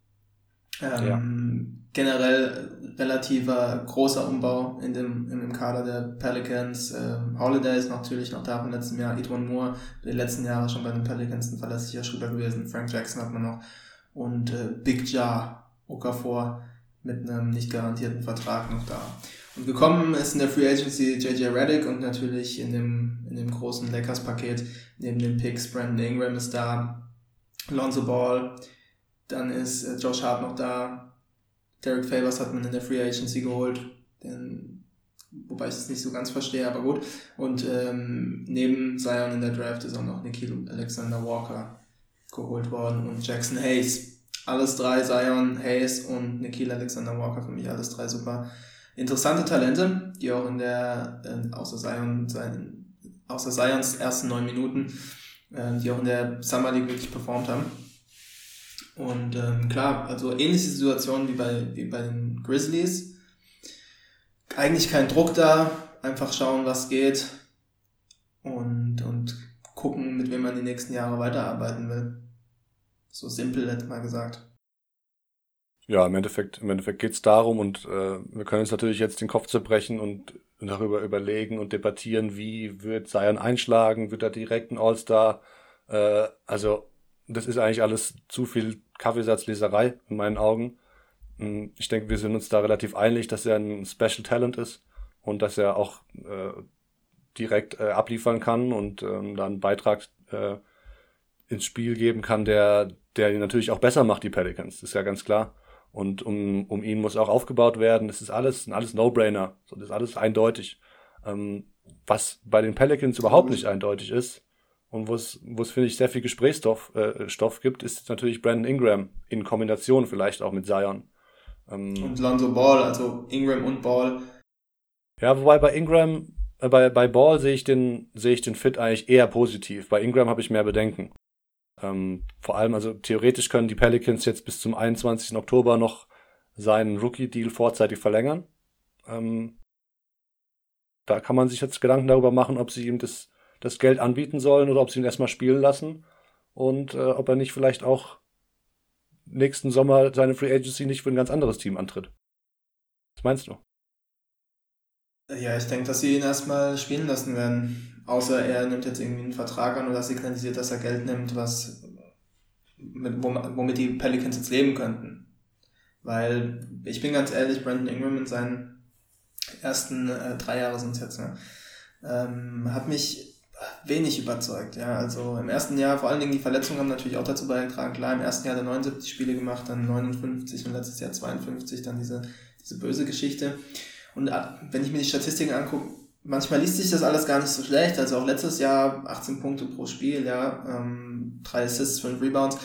Ähm, Generell relativer großer Umbau in dem, in dem Kader der Pelicans. Ähm, Holiday ist natürlich noch da vom letzten Jahr. Etwan Moore, die letzten Jahre schon bei den Pelicans ein verlässlicher Shooter gewesen. Frank Jackson hat man noch. Und äh, Big Ja Okafor mit einem nicht garantierten Vertrag noch da. Und gekommen ist in der Free Agency J J Redick und natürlich in dem, in dem großen Lakers-Paket neben den Picks Brandon Ingram ist da, Lonzo Ball, dann ist äh, Josh Hart noch da, Derek Favors hat man in der Free Agency geholt, den, wobei ich es nicht so ganz verstehe, aber gut. Und ähm, neben Zion in der Draft ist auch noch Nickeil Alexander Walker geholt worden und Jackson Hayes. Alles drei, Zion, Hayes und Nickeil Alexander Walker, für mich alles drei super interessante Talente, die auch in der, äh, außer Zion, sein, außer Zions ersten neun Minuten, äh, die auch in der Summer League wirklich performt haben. Und ähm, klar, also ähnliche Situationen wie bei, wie bei den Grizzlies. Eigentlich kein Druck da, einfach schauen, was geht und, und gucken, mit wem man die nächsten Jahre weiterarbeiten will. So simpel, hätte mal gesagt. Ja, im Endeffekt, im Endeffekt geht's darum und äh, wir können uns natürlich jetzt den Kopf zerbrechen und darüber überlegen und debattieren, wie wird Zion einschlagen, wird er direkt ein All-Star? Äh, also das ist eigentlich alles zu viel Kaffeesatzleserei in meinen Augen. Ich denke, wir sind uns da relativ einig, dass er ein Special Talent ist und dass er auch äh, direkt äh, abliefern kann und ähm, dann einen Beitrag äh, ins Spiel geben kann, der der ihn natürlich auch besser macht, die Pelicans, das ist ja ganz klar. Und um um ihn muss auch aufgebaut werden. Das ist alles, alles No-Brainer. So, das ist alles eindeutig. Ähm, was bei den Pelicans überhaupt nicht eindeutig ist und wo es, wo es finde ich, sehr viel Gesprächsstoff äh, Stoff gibt, ist natürlich Brandon Ingram in Kombination vielleicht auch mit Zion. Ähm, und Lonzo Ball, also Ingram und Ball. Ja, wobei bei Ingram, äh, bei, bei Ball sehe ich den, sehe ich den Fit eigentlich eher positiv. Bei Ingram habe ich mehr Bedenken. Ähm, vor allem, also theoretisch können die Pelicans jetzt bis zum einundzwanzigsten Oktober noch seinen Rookie-Deal vorzeitig verlängern. Ähm, da kann man sich jetzt Gedanken darüber machen, ob sie ihm das, das Geld anbieten sollen oder ob sie ihn erstmal spielen lassen und äh, ob er nicht vielleicht auch nächsten Sommer seine Free Agency nicht für ein ganz anderes Team antritt. Was meinst du? Ja, ich denke, dass sie ihn erstmal spielen lassen werden. Außer er nimmt jetzt irgendwie einen Vertrag an oder signalisiert, dass er Geld nimmt, was mit, womit die Pelicans jetzt leben könnten. Weil, ich bin ganz ehrlich, Brandon Ingram in seinen ersten äh, drei Jahre sind es jetzt, ne, ähm, hat mich wenig überzeugt. Ja, also im ersten Jahr, vor allen Dingen die Verletzungen haben natürlich auch dazu beigetragen. Klar, im ersten Jahr hat er neunundsiebzig Spiele gemacht, dann neunundfünfzig und letztes Jahr zweiundfünfzig, dann diese, diese böse Geschichte. Und wenn ich mir die Statistiken angucke, manchmal liest sich das alles gar nicht so schlecht. Also auch letztes Jahr achtzehn Punkte pro Spiel, ja, ähm, drei Assists, fünf Rebounds.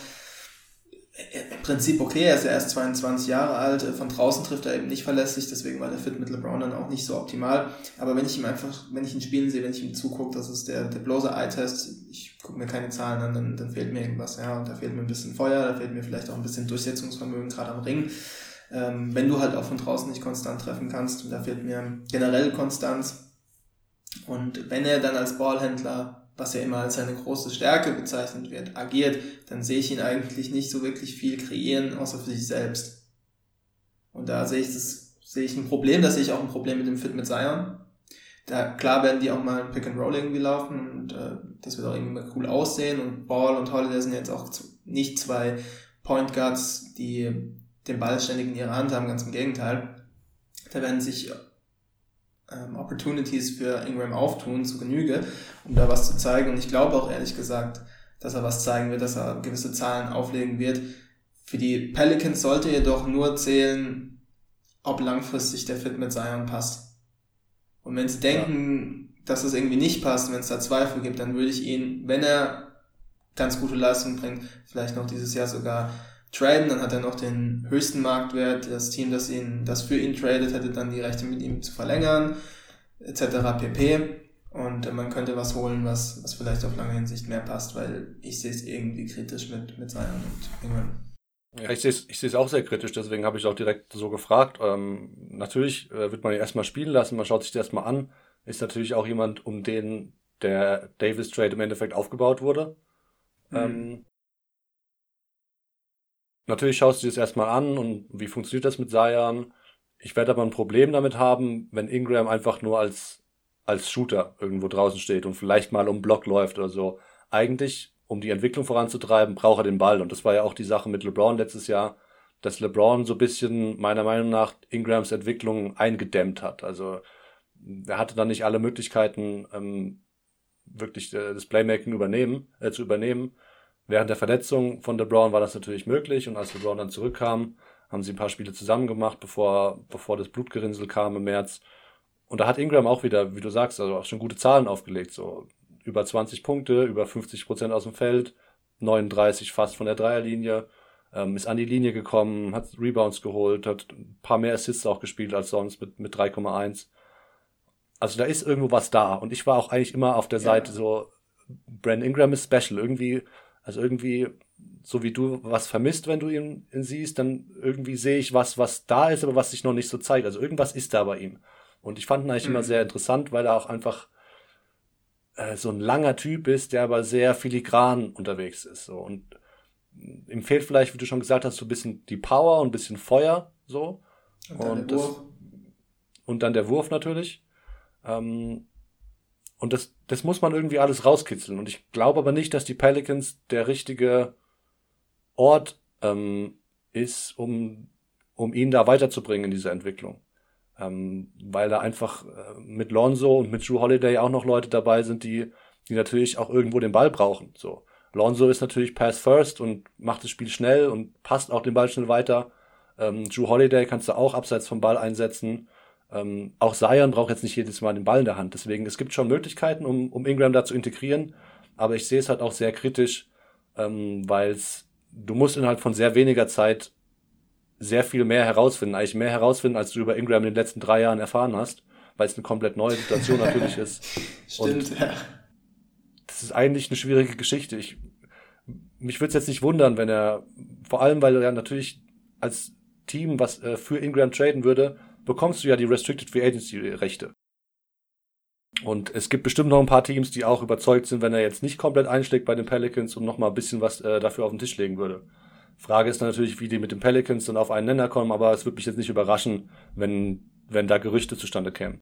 Im Prinzip okay, er ist ja erst zweiundzwanzig Jahre alt, von draußen trifft er eben nicht verlässlich, deswegen war der Fit mit LeBron dann auch nicht so optimal. Aber wenn ich ihm einfach, wenn ich ihn spielen sehe, wenn ich ihm zugucke, das ist der, der bloße Eye-Test, ich gucke mir keine Zahlen an, dann, dann fehlt mir irgendwas, ja, und da fehlt mir ein bisschen Feuer, da fehlt mir vielleicht auch ein bisschen Durchsetzungsvermögen, gerade am Ring. Ähm, wenn du halt auch von draußen nicht konstant treffen kannst, und da fehlt mir generell Konstanz. Und wenn er dann als Ballhändler, was ja immer als seine große Stärke bezeichnet wird, agiert, dann sehe ich ihn eigentlich nicht so wirklich viel kreieren, außer für sich selbst. Und da sehe ich das, sehe ich ein Problem, da sehe ich auch ein Problem mit dem Fit mit Zion. Da, klar werden die auch mal ein Pick and Roll irgendwie laufen und äh, das wird auch irgendwie mal cool aussehen und Ball und Holiday sind jetzt auch nicht zwei Point Guards, die den Ball ständig in ihrer Hand haben, ganz im Gegenteil. Da werden sich ähm, Opportunities für Ingram auftun, zu Genüge, um da was zu zeigen. Und ich glaube auch ehrlich gesagt, dass er was zeigen wird, dass er gewisse Zahlen auflegen wird. Für die Pelicans sollte jedoch nur zählen, ob langfristig der Fit mit Zion passt. Und wenn sie denken, ja, dass es irgendwie nicht passt, wenn es da Zweifel gibt, dann würde ich ihn, wenn er ganz gute Leistung bringt, vielleicht noch dieses Jahr sogar traden, dann hat er noch den höchsten Marktwert, das Team, das ihn, das für ihn tradet, hätte dann die Rechte mit ihm zu verlängern, et cetera pp. Und man könnte was holen, was, was vielleicht auf lange Hinsicht mehr passt, weil ich sehe es irgendwie kritisch mit, mit Zion und Ingram. Ja, ich sehe es ich sehe es auch sehr kritisch, deswegen habe ich auch direkt so gefragt. Ähm, natürlich äh, wird man ihn erstmal spielen lassen, man schaut sich das erstmal an. Ist natürlich auch jemand, um den der Davis Trade im Endeffekt aufgebaut wurde. Mhm. Ähm, Natürlich schaust du dir das erstmal an und wie funktioniert das mit Zion. Ich werde aber ein Problem damit haben, wenn Ingram einfach nur als als Shooter irgendwo draußen steht und vielleicht mal um Block läuft oder so. Eigentlich, um die Entwicklung voranzutreiben, braucht er den Ball. Und das war ja auch die Sache mit LeBron letztes Jahr. dass LeBron so ein bisschen, meiner Meinung nach, Ingrams Entwicklung eingedämmt hat. Also er hatte dann nicht alle Möglichkeiten, ähm, wirklich äh, das Playmaking übernehmen, äh, zu übernehmen. Während der Verletzung von LeBron war das natürlich möglich und als LeBron dann zurückkam, haben sie ein paar Spiele zusammen gemacht, bevor, bevor das Blutgerinnsel kam im März. Und da hat Ingram auch wieder, wie du sagst, also auch schon gute Zahlen aufgelegt, so über zwanzig Punkte, über fünfzig Prozent aus dem Feld, neununddreißig fast von der Dreierlinie, ähm, ist an die Linie gekommen, hat Rebounds geholt, hat ein paar mehr Assists auch gespielt als sonst mit, mit drei Komma eins. Also da ist irgendwo was da und ich war auch eigentlich immer auf der ja. Seite so, Brandon Ingram ist special, irgendwie, also irgendwie, so wie du was vermisst, wenn du ihn, ihn siehst, dann irgendwie sehe ich was, was da ist, aber was sich noch nicht so zeigt. Also irgendwas ist da bei ihm. Und ich fand ihn eigentlich mhm. immer sehr interessant, weil er auch einfach äh, so ein langer Typ ist, der aber sehr filigran unterwegs ist. So. Und ihm fehlt vielleicht, wie du schon gesagt hast, so ein bisschen die Power und ein bisschen Feuer. So. Und dann, und der, das, Wurf. Und dann der Wurf natürlich. Ähm, und das, das muss man irgendwie alles rauskitzeln. Und ich glaube aber nicht, dass die Pelicans der richtige Ort ähm, ist, um, um ihn da weiterzubringen in dieser Entwicklung. Ähm, weil da einfach äh, mit Lonzo und mit Jrue Holiday auch noch Leute dabei sind, die, die natürlich auch irgendwo den Ball brauchen. So. Lonzo ist natürlich Pass First und macht das Spiel schnell und passt auch den Ball schnell weiter. Ähm, Jrue Holiday kannst du auch abseits vom Ball einsetzen. Ähm, auch Zion braucht jetzt nicht jedes Mal den Ball in der Hand. Deswegen, es gibt schon Möglichkeiten, um, um Ingram da zu integrieren. Aber ich sehe es halt auch sehr kritisch, ähm, weil es, du musst innerhalb von sehr weniger Zeit sehr viel mehr herausfinden, eigentlich mehr herausfinden, als du über Ingram in den letzten drei Jahren erfahren hast, weil es eine komplett neue Situation natürlich ist. Stimmt, und ja. Das ist eigentlich eine schwierige Geschichte. Ich, mich würde es jetzt nicht wundern, wenn er, vor allem, weil er natürlich als Team, was äh, für Ingram traden würde, bekommst du ja die Restricted Free Agency Rechte. Und es gibt bestimmt noch ein paar Teams, die auch überzeugt sind, wenn er jetzt nicht komplett einschlägt bei den Pelicans und noch mal ein bisschen was äh, dafür auf den Tisch legen würde. Frage ist natürlich, wie die mit den Pelicans dann auf einen Nenner kommen, aber es würde mich jetzt nicht überraschen, wenn, wenn da Gerüchte zustande kämen.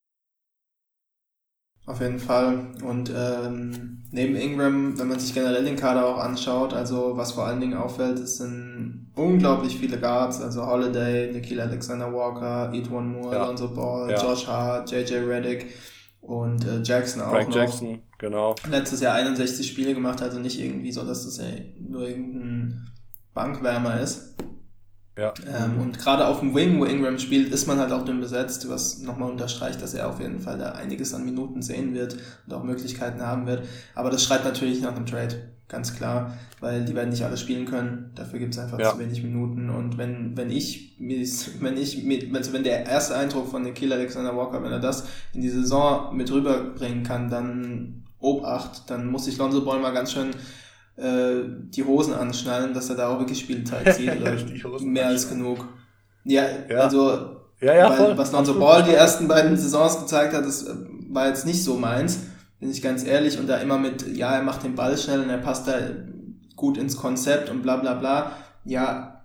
Auf jeden Fall. Und ähm, neben Ingram, wenn man sich generell den Kader auch anschaut, also was vor allen Dingen auffällt, es sind unglaublich viele Guards, also Holiday, Nickeil Alexander-Walker, Etuan Moore, ja. Alonzo Ball, ja. Josh Hart, J J Redick und äh, Jackson auch Frank noch. Jackson, genau. Letztes Jahr einundsechzig Spiele gemacht, also nicht irgendwie so, dass das ja nur irgendein Bankwärmer ist. Ja. Ähm, und gerade auf dem Wing, wo Ingram spielt, ist man halt auch dünn besetzt, was nochmal unterstreicht, dass er auf jeden Fall da einiges an Minuten sehen wird und auch Möglichkeiten haben wird. Aber das schreit natürlich nach einem Trade, ganz klar, weil die werden nicht alle spielen können. Dafür gibt es einfach ja. zu wenig Minuten. Und wenn wenn ich wenn ich also wenn der erste Eindruck von Nickeil Alexander-Walker, wenn er das in die Saison mit rüberbringen kann, dann Obacht, dann muss sich Lonzo Ball mal ganz schön die Hosen anschnallen, dass er da auch wirklich Spielzeit zieht oder mehr als genug. Ja, ja. also ja, ja, weil, voll. was Lonzo Ball die ersten beiden Saisons gezeigt hat, das war jetzt nicht so meins, bin ich ganz ehrlich, und da immer mit, ja, er macht den Ball schnell und er passt da gut ins Konzept und bla bla bla, ja,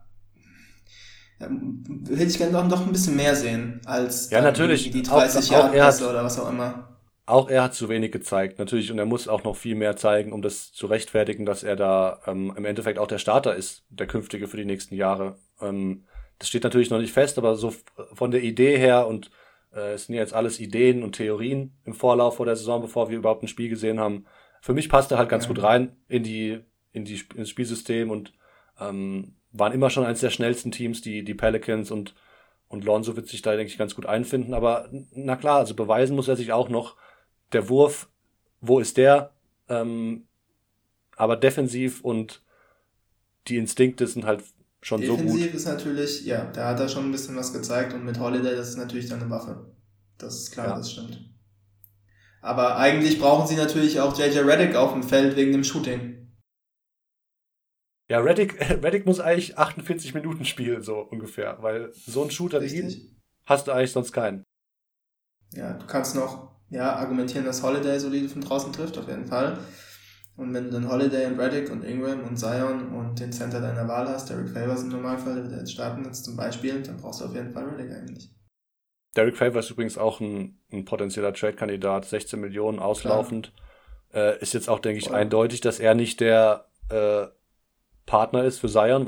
hätte ich gerne doch, doch ein bisschen mehr sehen, als ja, natürlich. die, die dreißig Jahre Pässe oder was auch immer. Auch er hat zu wenig gezeigt, natürlich, und er muss auch noch viel mehr zeigen, um das zu rechtfertigen, dass er da ähm, im Endeffekt auch der Starter ist, der künftige für die nächsten Jahre. Ähm, das steht natürlich noch nicht fest, aber so von der Idee her, und äh, es sind ja jetzt alles Ideen und Theorien im Vorlauf vor der Saison, bevor wir überhaupt ein Spiel gesehen haben. Für mich passt er halt ganz ja. gut rein in die in die ins Spielsystem und ähm, waren immer schon eines der schnellsten Teams, die die Pelicans, und und Lonzo wird sich da, denke ich, ganz gut einfinden. Aber na klar, also beweisen muss er sich auch noch. Der Wurf, wo ist der? Ähm, aber defensiv und die Instinkte sind halt schon defensiv so gut. Defensiv ist natürlich, ja, da hat er schon ein bisschen was gezeigt, und mit Holiday, das ist natürlich dann eine Waffe. Das ist klar, ja. Das stimmt. Aber eigentlich brauchen sie natürlich auch J J Redick auf dem Feld wegen dem Shooting. Ja, Redick, Redick muss eigentlich achtundvierzig Minuten spielen, so ungefähr, weil so ein Shooter wie ihn hast du eigentlich sonst keinen. Ja, du kannst noch ja, argumentieren, dass Holiday solide von draußen trifft, auf jeden Fall. Und wenn du dann Holiday und Redick und Ingram und Zion und den Center deiner Wahl hast, Derek Favors im Normalfall, der wird jetzt starten jetzt zum Beispiel, dann brauchst du auf jeden Fall Redick eigentlich. Derek Favors ist übrigens auch ein, ein potenzieller Trade-Kandidat, sechzehn Millionen auslaufend. Äh, ist jetzt auch, denke ich, Voll. eindeutig, dass er nicht der äh, Partner ist für Zion, weil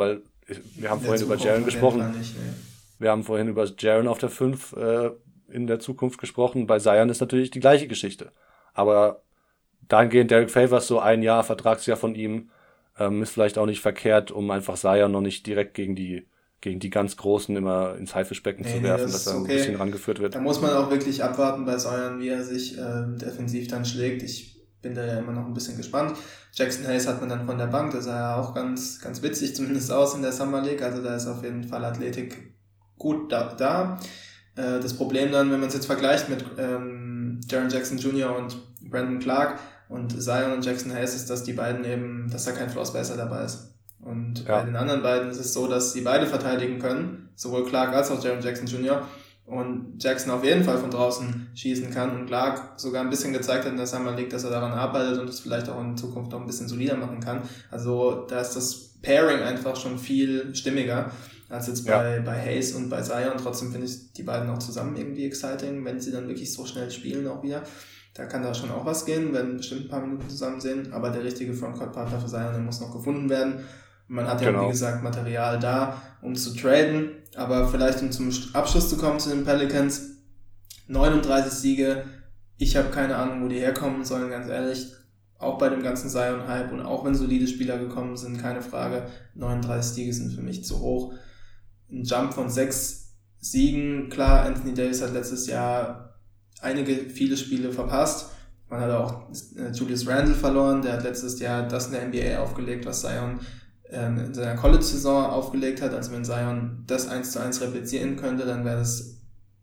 wir haben vorhin über Jaren gesprochen. Nicht, nee. Wir haben vorhin über Jaren auf der fünf äh, in der Zukunft gesprochen. Bei Zion ist natürlich die gleiche Geschichte. Aber dahingehend Derek Favors, so ein Jahr Vertragsjahr von ihm, ähm, ist vielleicht auch nicht verkehrt, um einfach Zion noch nicht direkt gegen die gegen die ganz Großen immer ins Haifischbecken nee, zu werfen, nee, das dass er okay. ein bisschen rangeführt wird. Da muss man auch wirklich abwarten bei Zion, wie er sich äh, defensiv dann schlägt. Ich bin da ja immer noch ein bisschen gespannt. Jackson Hayes hat man dann von der Bank, das sah ja auch ganz, ganz witzig zumindest aus in der Summer League, also da ist auf jeden Fall Athletik gut da. da. Äh, das Problem dann, wenn man es jetzt vergleicht mit ähm, Jaren Jackson Junior und Brandon Clark und Zion und Jackson Hayes, ist, dass die beiden eben, dass da kein Floor Spacer dabei ist. Und ja. bei den anderen beiden ist es so, dass sie beide verteidigen können, sowohl Clark als auch Jaren Jackson Junior Und Jackson auf jeden Fall von draußen schießen kann und Clark sogar ein bisschen gezeigt hat in der Summer League, dass er daran arbeitet und es vielleicht auch in Zukunft noch ein bisschen solider machen kann. Also da ist das Pairing einfach schon viel stimmiger als jetzt bei, ja. bei Hayes und bei Zion. Trotzdem finde ich die beiden auch zusammen irgendwie exciting, wenn sie dann wirklich so schnell spielen auch wieder. Da kann da schon auch was gehen, werden bestimmt ein paar Minuten zusammen sehen, aber der richtige Frontcourt-Partner für Zion, der muss noch gefunden werden. Man hat ja, genau. wie gesagt, Material da, um zu traden. Aber vielleicht, um zum Abschluss zu kommen zu den Pelicans, neununddreißig Siege. Ich habe keine Ahnung, wo die herkommen sollen, ganz ehrlich. Auch bei dem ganzen Zion-Hype und auch wenn solide Spieler gekommen sind, keine Frage. neununddreißig Siege sind für mich zu hoch. Ein Jump von sechs Siegen. Klar, Anthony Davis hat letztes Jahr einige, viele Spiele verpasst. Man hat auch Julius Randle verloren. Der hat letztes Jahr das in der N B A aufgelegt, was Zion in seiner College-Saison aufgelegt hat. Also wenn Zion das eins zu eins replizieren könnte, dann wäre das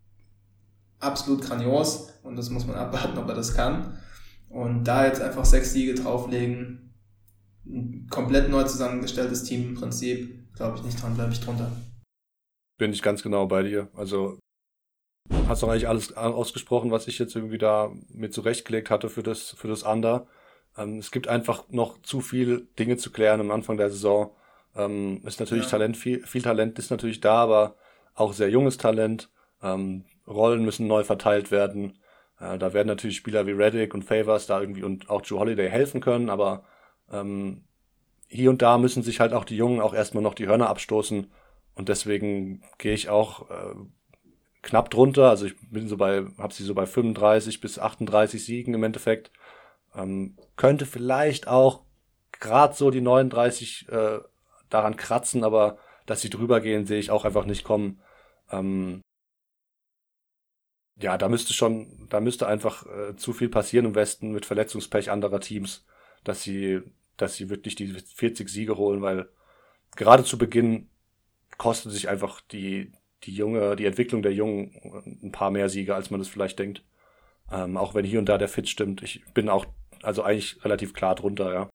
absolut grandios und das muss man abwarten, ob er das kann. Und da jetzt einfach sechs Siege drauflegen, ein komplett neu zusammengestelltes Team im Prinzip, glaube ich nicht dran, bleibe ich drunter. Bin ich ganz genau bei dir. Also hast du eigentlich alles ausgesprochen, was ich jetzt irgendwie da mir zurechtgelegt hatte für das, für das Under. Ähm, es gibt einfach noch zu viele Dinge zu klären am Anfang der Saison. Ähm, ist natürlich ja. Talent, viel, viel Talent ist natürlich da, aber auch sehr junges Talent. Ähm, Rollen müssen neu verteilt werden. Äh, da werden natürlich Spieler wie Redick und Favors da irgendwie und auch Jrue Holiday helfen können, aber ähm, hier und da müssen sich halt auch die Jungen auch erstmal noch die Hörner abstoßen und deswegen gehe ich auch äh, knapp drunter. Also ich bin so bei, habe sie so bei fünfunddreißig bis achtunddreißig Siegen im Endeffekt. Ähm, könnte vielleicht auch gerade so die neununddreißig äh, daran kratzen, aber dass sie drüber gehen, sehe ich auch einfach nicht kommen. Ähm, ja, da müsste schon, da müsste einfach äh, zu viel passieren im Westen mit Verletzungspech anderer Teams, dass sie, dass sie wirklich die vierzig Siege holen, weil gerade zu Beginn kostet sich einfach die, die junge, die Entwicklung der Jungen ein paar mehr Siege, als man das vielleicht denkt. Ähm, auch wenn hier und da der Fit stimmt. Ich bin auch also eigentlich relativ klar drunter, ja.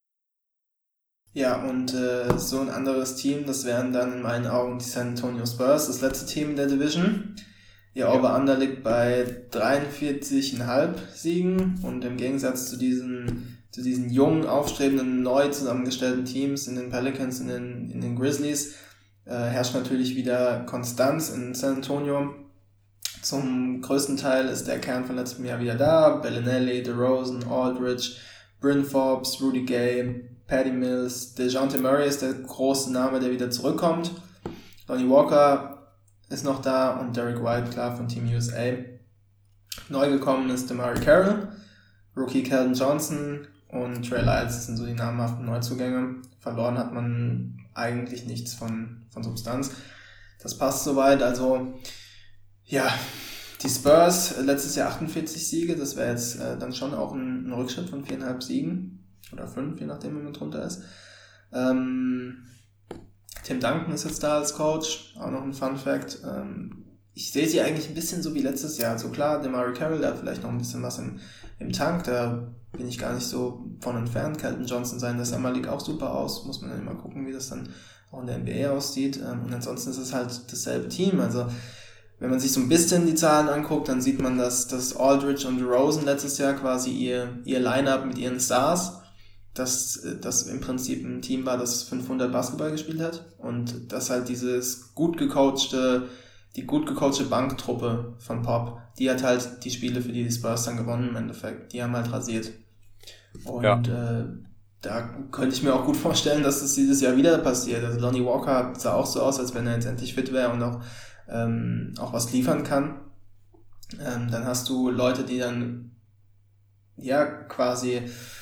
Ja, und äh, so ein anderes Team, das wären dann in meinen Augen die San Antonio Spurs, das letzte Team in der Division. Ihr ja. Over-Under liegt bei dreiundvierzig Komma fünf Siegen und im Gegensatz zu diesen, zu diesen jungen, aufstrebenden, neu zusammengestellten Teams in den Pelicans, in den, in den Grizzlies, äh, herrscht natürlich wieder Konstanz in San Antonio. Zum größten Teil ist der Kern von letztem Jahr wieder da. Bellinelli, DeRozan, Aldridge, Bryn Forbes, Rudy Gay, Patty Mills, DeJounte Murray ist der große Name, der wieder zurückkommt. Lonnie Walker ist noch da und Derek White, klar, von Team U S A. Neu gekommen ist DeMar Carroll, Rookie Keldon Johnson und Trey Lyles, das sind so die namhaften Neuzugänge. Verloren hat man eigentlich nichts von, von Substanz. Das passt soweit, also ja, die Spurs, letztes Jahr achtundvierzig Siege, das wäre jetzt äh, dann schon auch ein, ein Rückschritt von viereinhalb Siegen oder fünf, je nachdem, wie man drunter ist. Ähm, Tim Duncan ist jetzt da als Coach, auch noch ein Fun Fact. Ähm, ich sehe sie eigentlich ein bisschen so wie letztes Jahr. So klar, DeMar Carroll, der hat vielleicht noch ein bisschen was im, im Tank, da bin ich gar nicht so von entfernt. Keldon Johnson sah in der Summer League auch super aus, muss man dann immer gucken, wie das dann auch in der N B A aussieht. Ähm, und ansonsten ist es halt dasselbe Team, also wenn man sich so ein bisschen die Zahlen anguckt, dann sieht man, dass, dass Aldridge und DeRozan letztes Jahr quasi ihr, ihr Line-Up mit ihren Stars, dass das im Prinzip ein Team war, das fünfhundert Basketball gespielt hat und dass halt dieses gut gecoachte, die gut gecoachte Banktruppe von Pop, die hat halt die Spiele für die Spurs dann gewonnen im Endeffekt. Die haben halt rasiert. Und ja. äh, da könnte ich mir auch gut vorstellen, dass das dieses Jahr wieder passiert. Also Lonnie Walker sah auch so aus, als wenn er jetzt endlich fit wäre und auch, ähm, auch was liefern kann. Ähm, dann hast du Leute, die dann ja quasi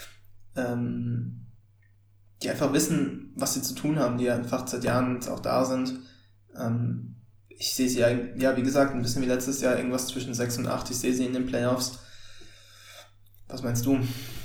ähm, die einfach wissen, was sie zu tun haben, die einfach seit Jahren jetzt auch da sind. Ähm, ich sehe sie ja, ja, wie gesagt, ein bisschen wie letztes Jahr, irgendwas zwischen sechs und acht. Ich sehe sie in den Playoffs. Was meinst du?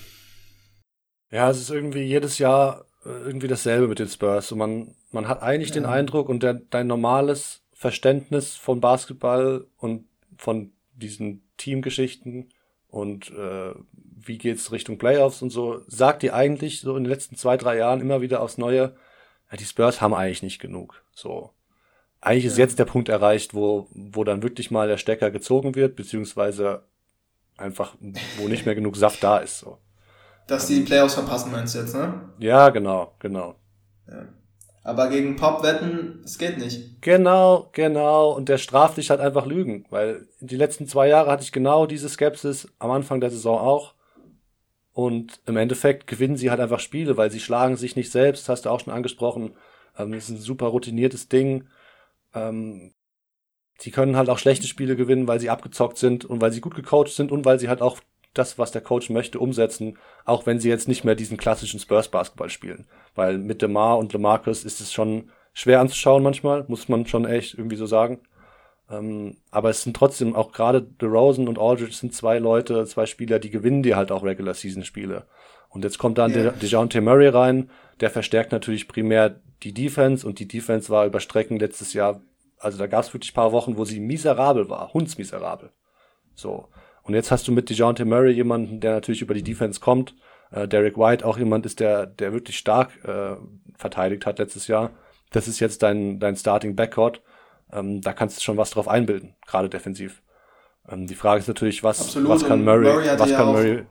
Ja, es ist irgendwie jedes Jahr äh, irgendwie dasselbe mit den Spurs. Und man, man hat eigentlich Ja. den Eindruck und der, dein normales Verständnis von Basketball und von diesen Teamgeschichten und äh, wie geht's Richtung Playoffs und so, sagt dir eigentlich so in den letzten zwei, drei Jahren immer wieder aufs Neue, ja, die Spurs haben eigentlich nicht genug. So. Eigentlich ist Ja. jetzt der Punkt erreicht, wo, wo dann wirklich mal der Stecker gezogen wird, beziehungsweise einfach, wo nicht mehr genug Saft da ist. So. Dass die Playoffs verpassen, meinst du jetzt, ne? Ja, genau, genau. Ja. Aber gegen Pop wetten, es geht nicht. Genau, genau. Und der straft dich halt einfach Lügen, weil die letzten zwei Jahre hatte ich genau diese Skepsis, am Anfang der Saison auch. Und im Endeffekt gewinnen sie halt einfach Spiele, weil sie schlagen sich nicht selbst, hast du auch schon angesprochen. Ähm, das ist ein super routiniertes Ding. Ähm, sie können halt auch schlechte Spiele gewinnen, weil sie abgezockt sind und weil sie gut gecoacht sind und weil sie halt auch das, was der Coach möchte, umsetzen, auch wenn sie jetzt nicht mehr diesen klassischen Spurs-Basketball spielen. Weil mit DeMar und LaMarcus ist es schon schwer anzuschauen manchmal, muss man schon echt irgendwie so sagen. Ähm, aber es sind trotzdem auch gerade DeRozan und Aldridge sind zwei Leute, zwei Spieler, die gewinnen dir halt auch Regular-Season-Spiele. Und jetzt kommt dann Ja. De- DeJounte Murray rein, der verstärkt natürlich primär die Defense und die Defense war über Strecken letztes Jahr, also da gab es wirklich ein paar Wochen, wo sie miserabel war, hundsmiserabel. So. Und jetzt hast du mit DeJounte Murray jemanden, der natürlich über die Defense kommt. Äh, Derek White auch jemand ist, der der wirklich stark äh, verteidigt hat letztes Jahr. Das ist jetzt dein dein Starting Backcourt. Ähm, da kannst du schon was drauf einbilden, gerade defensiv. Ähm, die Frage ist natürlich, was Absolut. was kann Und Murray, Murray hatte was ja kann auch- Murray,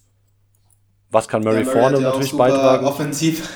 was kann Murray Ja, vorne hat ja auch natürlich super beitragen? Offensiv.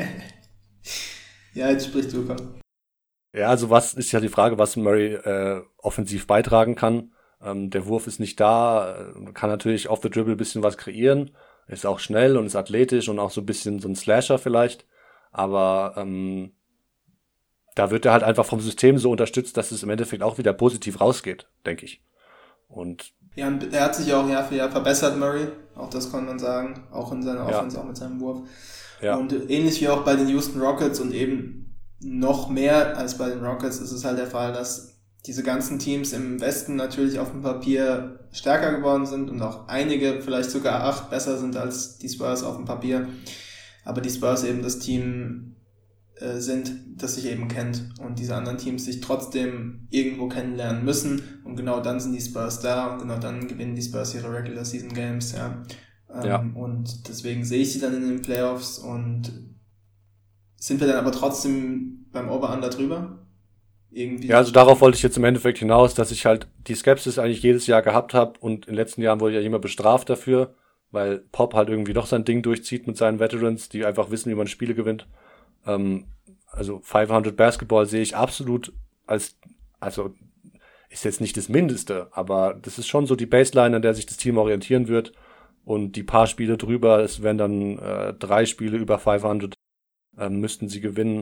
Ja, jetzt sprichst du, komm. Ja, also was ist ja die Frage, was Murray äh, offensiv beitragen kann. Ähm, der Wurf ist nicht da, äh, kann natürlich off the dribble ein bisschen was kreieren, ist auch schnell und ist athletisch und auch so ein bisschen so ein Slasher vielleicht, aber ähm, da wird er halt einfach vom System so unterstützt, dass es im Endeffekt auch wieder positiv rausgeht, denke ich. Und Ja, und er hat sich auch Jahr für Jahr verbessert, Murray. Auch das kann man sagen. Auch in seiner Ja. Offense, auch mit seinem Wurf. ja, Und ähnlich wie auch bei den Houston Rockets und eben noch mehr als bei den Rockets ist es halt der Fall, dass diese ganzen Teams im Westen natürlich auf dem Papier stärker geworden sind und auch einige vielleicht sogar acht besser sind als die Spurs auf dem Papier. Aber die Spurs eben das Team äh, sind, das sich eben kennt und diese anderen Teams sich trotzdem irgendwo kennenlernen müssen und genau dann sind die Spurs da und genau dann gewinnen die Spurs ihre Regular Season Games, ja. Ähm, Ja. Und deswegen sehe ich sie dann in den Playoffs und sind wir dann aber trotzdem beim Over-Under drüber? Irgendwie. ja, also darauf wollte ich jetzt im Endeffekt hinaus, dass ich halt die Skepsis eigentlich jedes Jahr gehabt habe und in den letzten Jahren wurde ich ja immer bestraft dafür, weil Pop halt irgendwie doch sein Ding durchzieht mit seinen Veterans, die einfach wissen, wie man Spiele gewinnt. Ähm, also fünfhundert Basketball sehe ich absolut als, also ist jetzt nicht das Mindeste, aber das ist schon so die Baseline, an der sich das Team orientieren wird. Und die paar Spiele drüber, es wären dann äh, drei Spiele über fünfhundert, ähm, müssten sie gewinnen,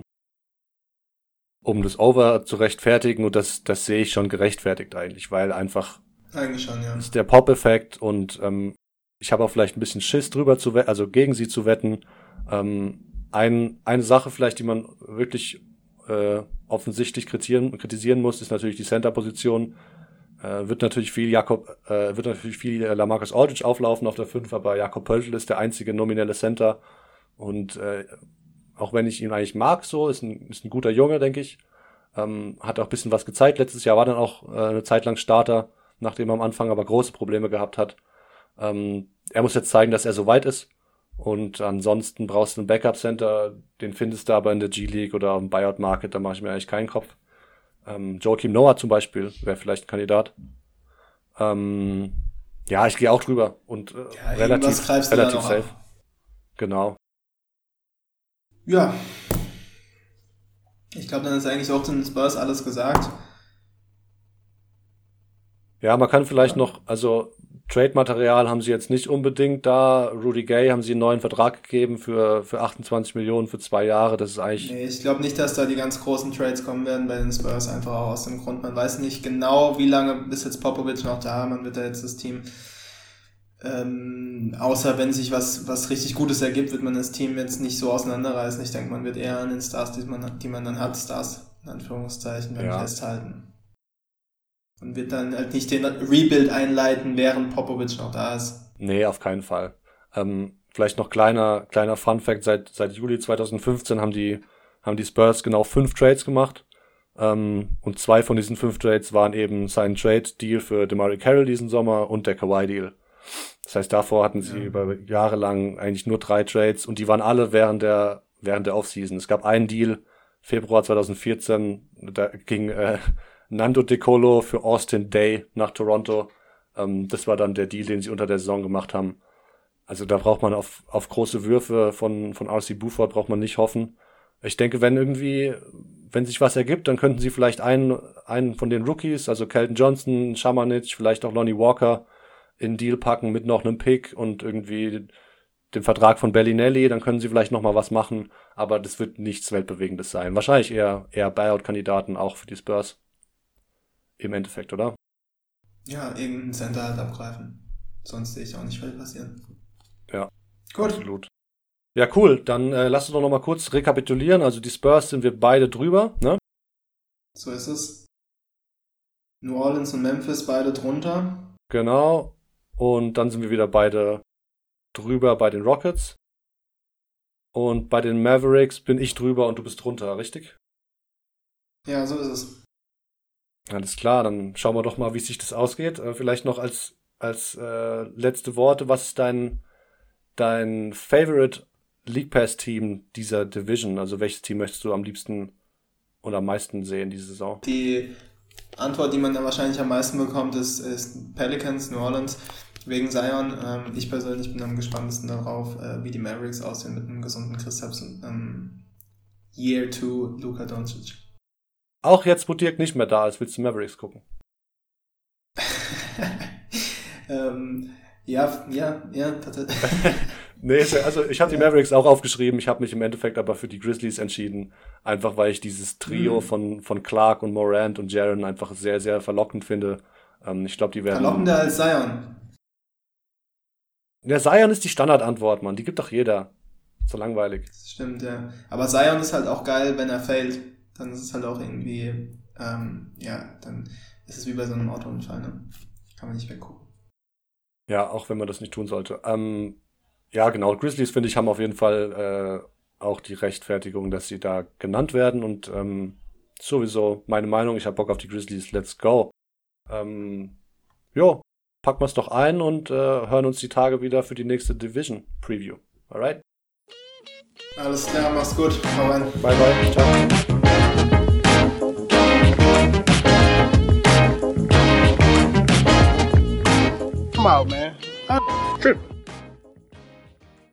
um das Over zu rechtfertigen. Und das, das sehe ich schon gerechtfertigt eigentlich, weil einfach Eigentlich schon, ja. ist der Pop-Effekt und ähm, ich habe auch vielleicht ein bisschen Schiss drüber zu wetten, also gegen sie zu wetten. Ähm, ein, eine Sache vielleicht, die man wirklich äh, offensichtlich kritisieren, kritisieren muss, ist natürlich die Center-Position. Äh, wird natürlich viel Jakob, äh, wird natürlich viel äh, LaMarcus Aldridge auflaufen auf der fünf, aber Jakob Poeltl ist der einzige nominelle Center und äh, auch wenn ich ihn eigentlich mag, so ist ein, ist ein guter Junge, denke ich. Ähm, hat auch ein bisschen was gezeigt. Letztes Jahr war dann auch äh, eine Zeit lang Starter, nachdem er am Anfang aber große Probleme gehabt hat. Ähm, er muss jetzt zeigen, dass er so weit ist. Und ansonsten brauchst du einen Backup-Center, den findest du aber in der G-League oder auf dem Buyout-Market, da mache ich mir eigentlich keinen Kopf. Ähm, Joakim Noah zum Beispiel wäre vielleicht ein Kandidat. Ähm, ja, ich gehe auch drüber und äh, Ja, irgendwas relativ, greifst du da relativ noch safe. ab. Genau. Ja. Ich glaube, dann ist eigentlich auch den Spurs alles gesagt. Ja, man kann vielleicht noch, also Trade-Material haben sie jetzt nicht unbedingt da. Rudy Gay haben sie einen neuen Vertrag gegeben für, für achtundzwanzig Millionen für zwei Jahre. Das ist eigentlich... Nee, ich glaube nicht, dass da die ganz großen Trades kommen werden bei den Spurs, einfach auch aus dem Grund. Man weiß nicht genau, wie lange ist jetzt Popovich noch da. Man wird da jetzt das Team... Ähm, außer wenn sich was, was richtig Gutes ergibt, wird man das Team jetzt nicht so auseinanderreißen. Ich denke, man wird eher an den Stars, die man, die man dann hat, Stars, in Anführungszeichen, ja. festhalten. Und wird dann halt nicht den Rebuild einleiten, während Popovich noch da ist. Nee, auf keinen Fall. Ähm, vielleicht noch kleiner, kleiner Fun-Fact, seit, seit Juli zweitausendfünfzehn haben die, haben die Spurs genau fünf Trades gemacht. Ähm, und zwei von diesen fünf Trades waren eben sein Trade-Deal für DeMarre Carroll diesen Sommer und der Kawhi-Deal. Das heißt, davor hatten sie ja. über Jahre lang eigentlich nur drei Trades und die waren alle während der, während der Offseason. Es gab einen Deal, Februar zweitausendvierzehn, da ging äh, Nando De Colo für Austin Day nach Toronto. Ähm, das war dann der Deal, den sie unter der Saison gemacht haben. Also da braucht man auf, auf große Würfe von, von R C Buford braucht man nicht hoffen. Ich denke, wenn irgendwie, wenn sich was ergibt, dann könnten sie vielleicht einen, einen von den Rookies, also Keldon Johnson, Shamanic, vielleicht auch Lonnie Walker, in den Deal packen mit noch einem Pick und irgendwie den Vertrag von Bellinelli, dann können sie vielleicht noch mal was machen, aber das wird nichts Weltbewegendes sein. Wahrscheinlich eher, eher Buyout-Kandidaten auch für die Spurs. Im Endeffekt, oder? Ja, irgendeinen Center halt abgreifen. Sonst sehe ich auch nicht viel passieren. Ja, gut. Absolut. Ja, cool. Dann äh, lass uns doch noch mal kurz rekapitulieren. Also die Spurs sind wir beide drüber, ne? So ist es. New Orleans und Memphis beide drunter. Genau. Und dann sind wir wieder beide drüber bei den Rockets. Und bei den Mavericks bin ich drüber und du bist drunter, richtig? Ja, so ist es. Alles klar, dann schauen wir doch mal, wie sich das ausgeht. Äh, vielleicht noch als, als äh, letzte Worte, was ist dein, dein Favorite League Pass Team dieser Division? Also welches Team möchtest du am liebsten oder am meisten sehen diese Saison? Die Antwort, die man dann wahrscheinlich am meisten bekommt, ist, ist Pelicans, New Orleans, wegen Zion. Ähm, ich persönlich bin am gespanntesten darauf, äh, wie die Mavericks aussehen mit einem gesunden Kristaps und ähm, Year two Luka Doncic. Auch jetzt, wo Dirk nicht mehr da ist, willst du Mavericks gucken? ähm, ja, ja, ja, tatsächlich. Nee, also ich habe die Mavericks auch aufgeschrieben, ich habe mich im Endeffekt aber für die Grizzlies entschieden, einfach weil ich dieses Trio mhm. von, von Clark und Morant und Jaren einfach sehr, sehr verlockend finde. Ähm, ich glaube, die werden... Verlockender als Zion. Ja, Zion ist die Standardantwort, Mann, die gibt doch jeder. So langweilig. Das stimmt, ja. Aber Zion ist halt auch geil, wenn er fällt. Dann ist es halt auch irgendwie, ähm, ja, dann ist es wie bei so einem Autounfall, ne? Kann man nicht weggucken. Ja, auch wenn man das nicht tun sollte. Ähm, ja, genau, Grizzlies, finde ich, haben auf jeden Fall äh, auch die Rechtfertigung, dass sie da genannt werden und ähm, sowieso meine Meinung, ich habe Bock auf die Grizzlies, let's go. Ähm, jo, packen wir es doch ein und äh, hören uns die Tage wieder für die nächste Division-Preview. Alright? Alles klar, mach's gut. Hau rein. Bye, bye. Ciao. Come out, man. I'm tripping.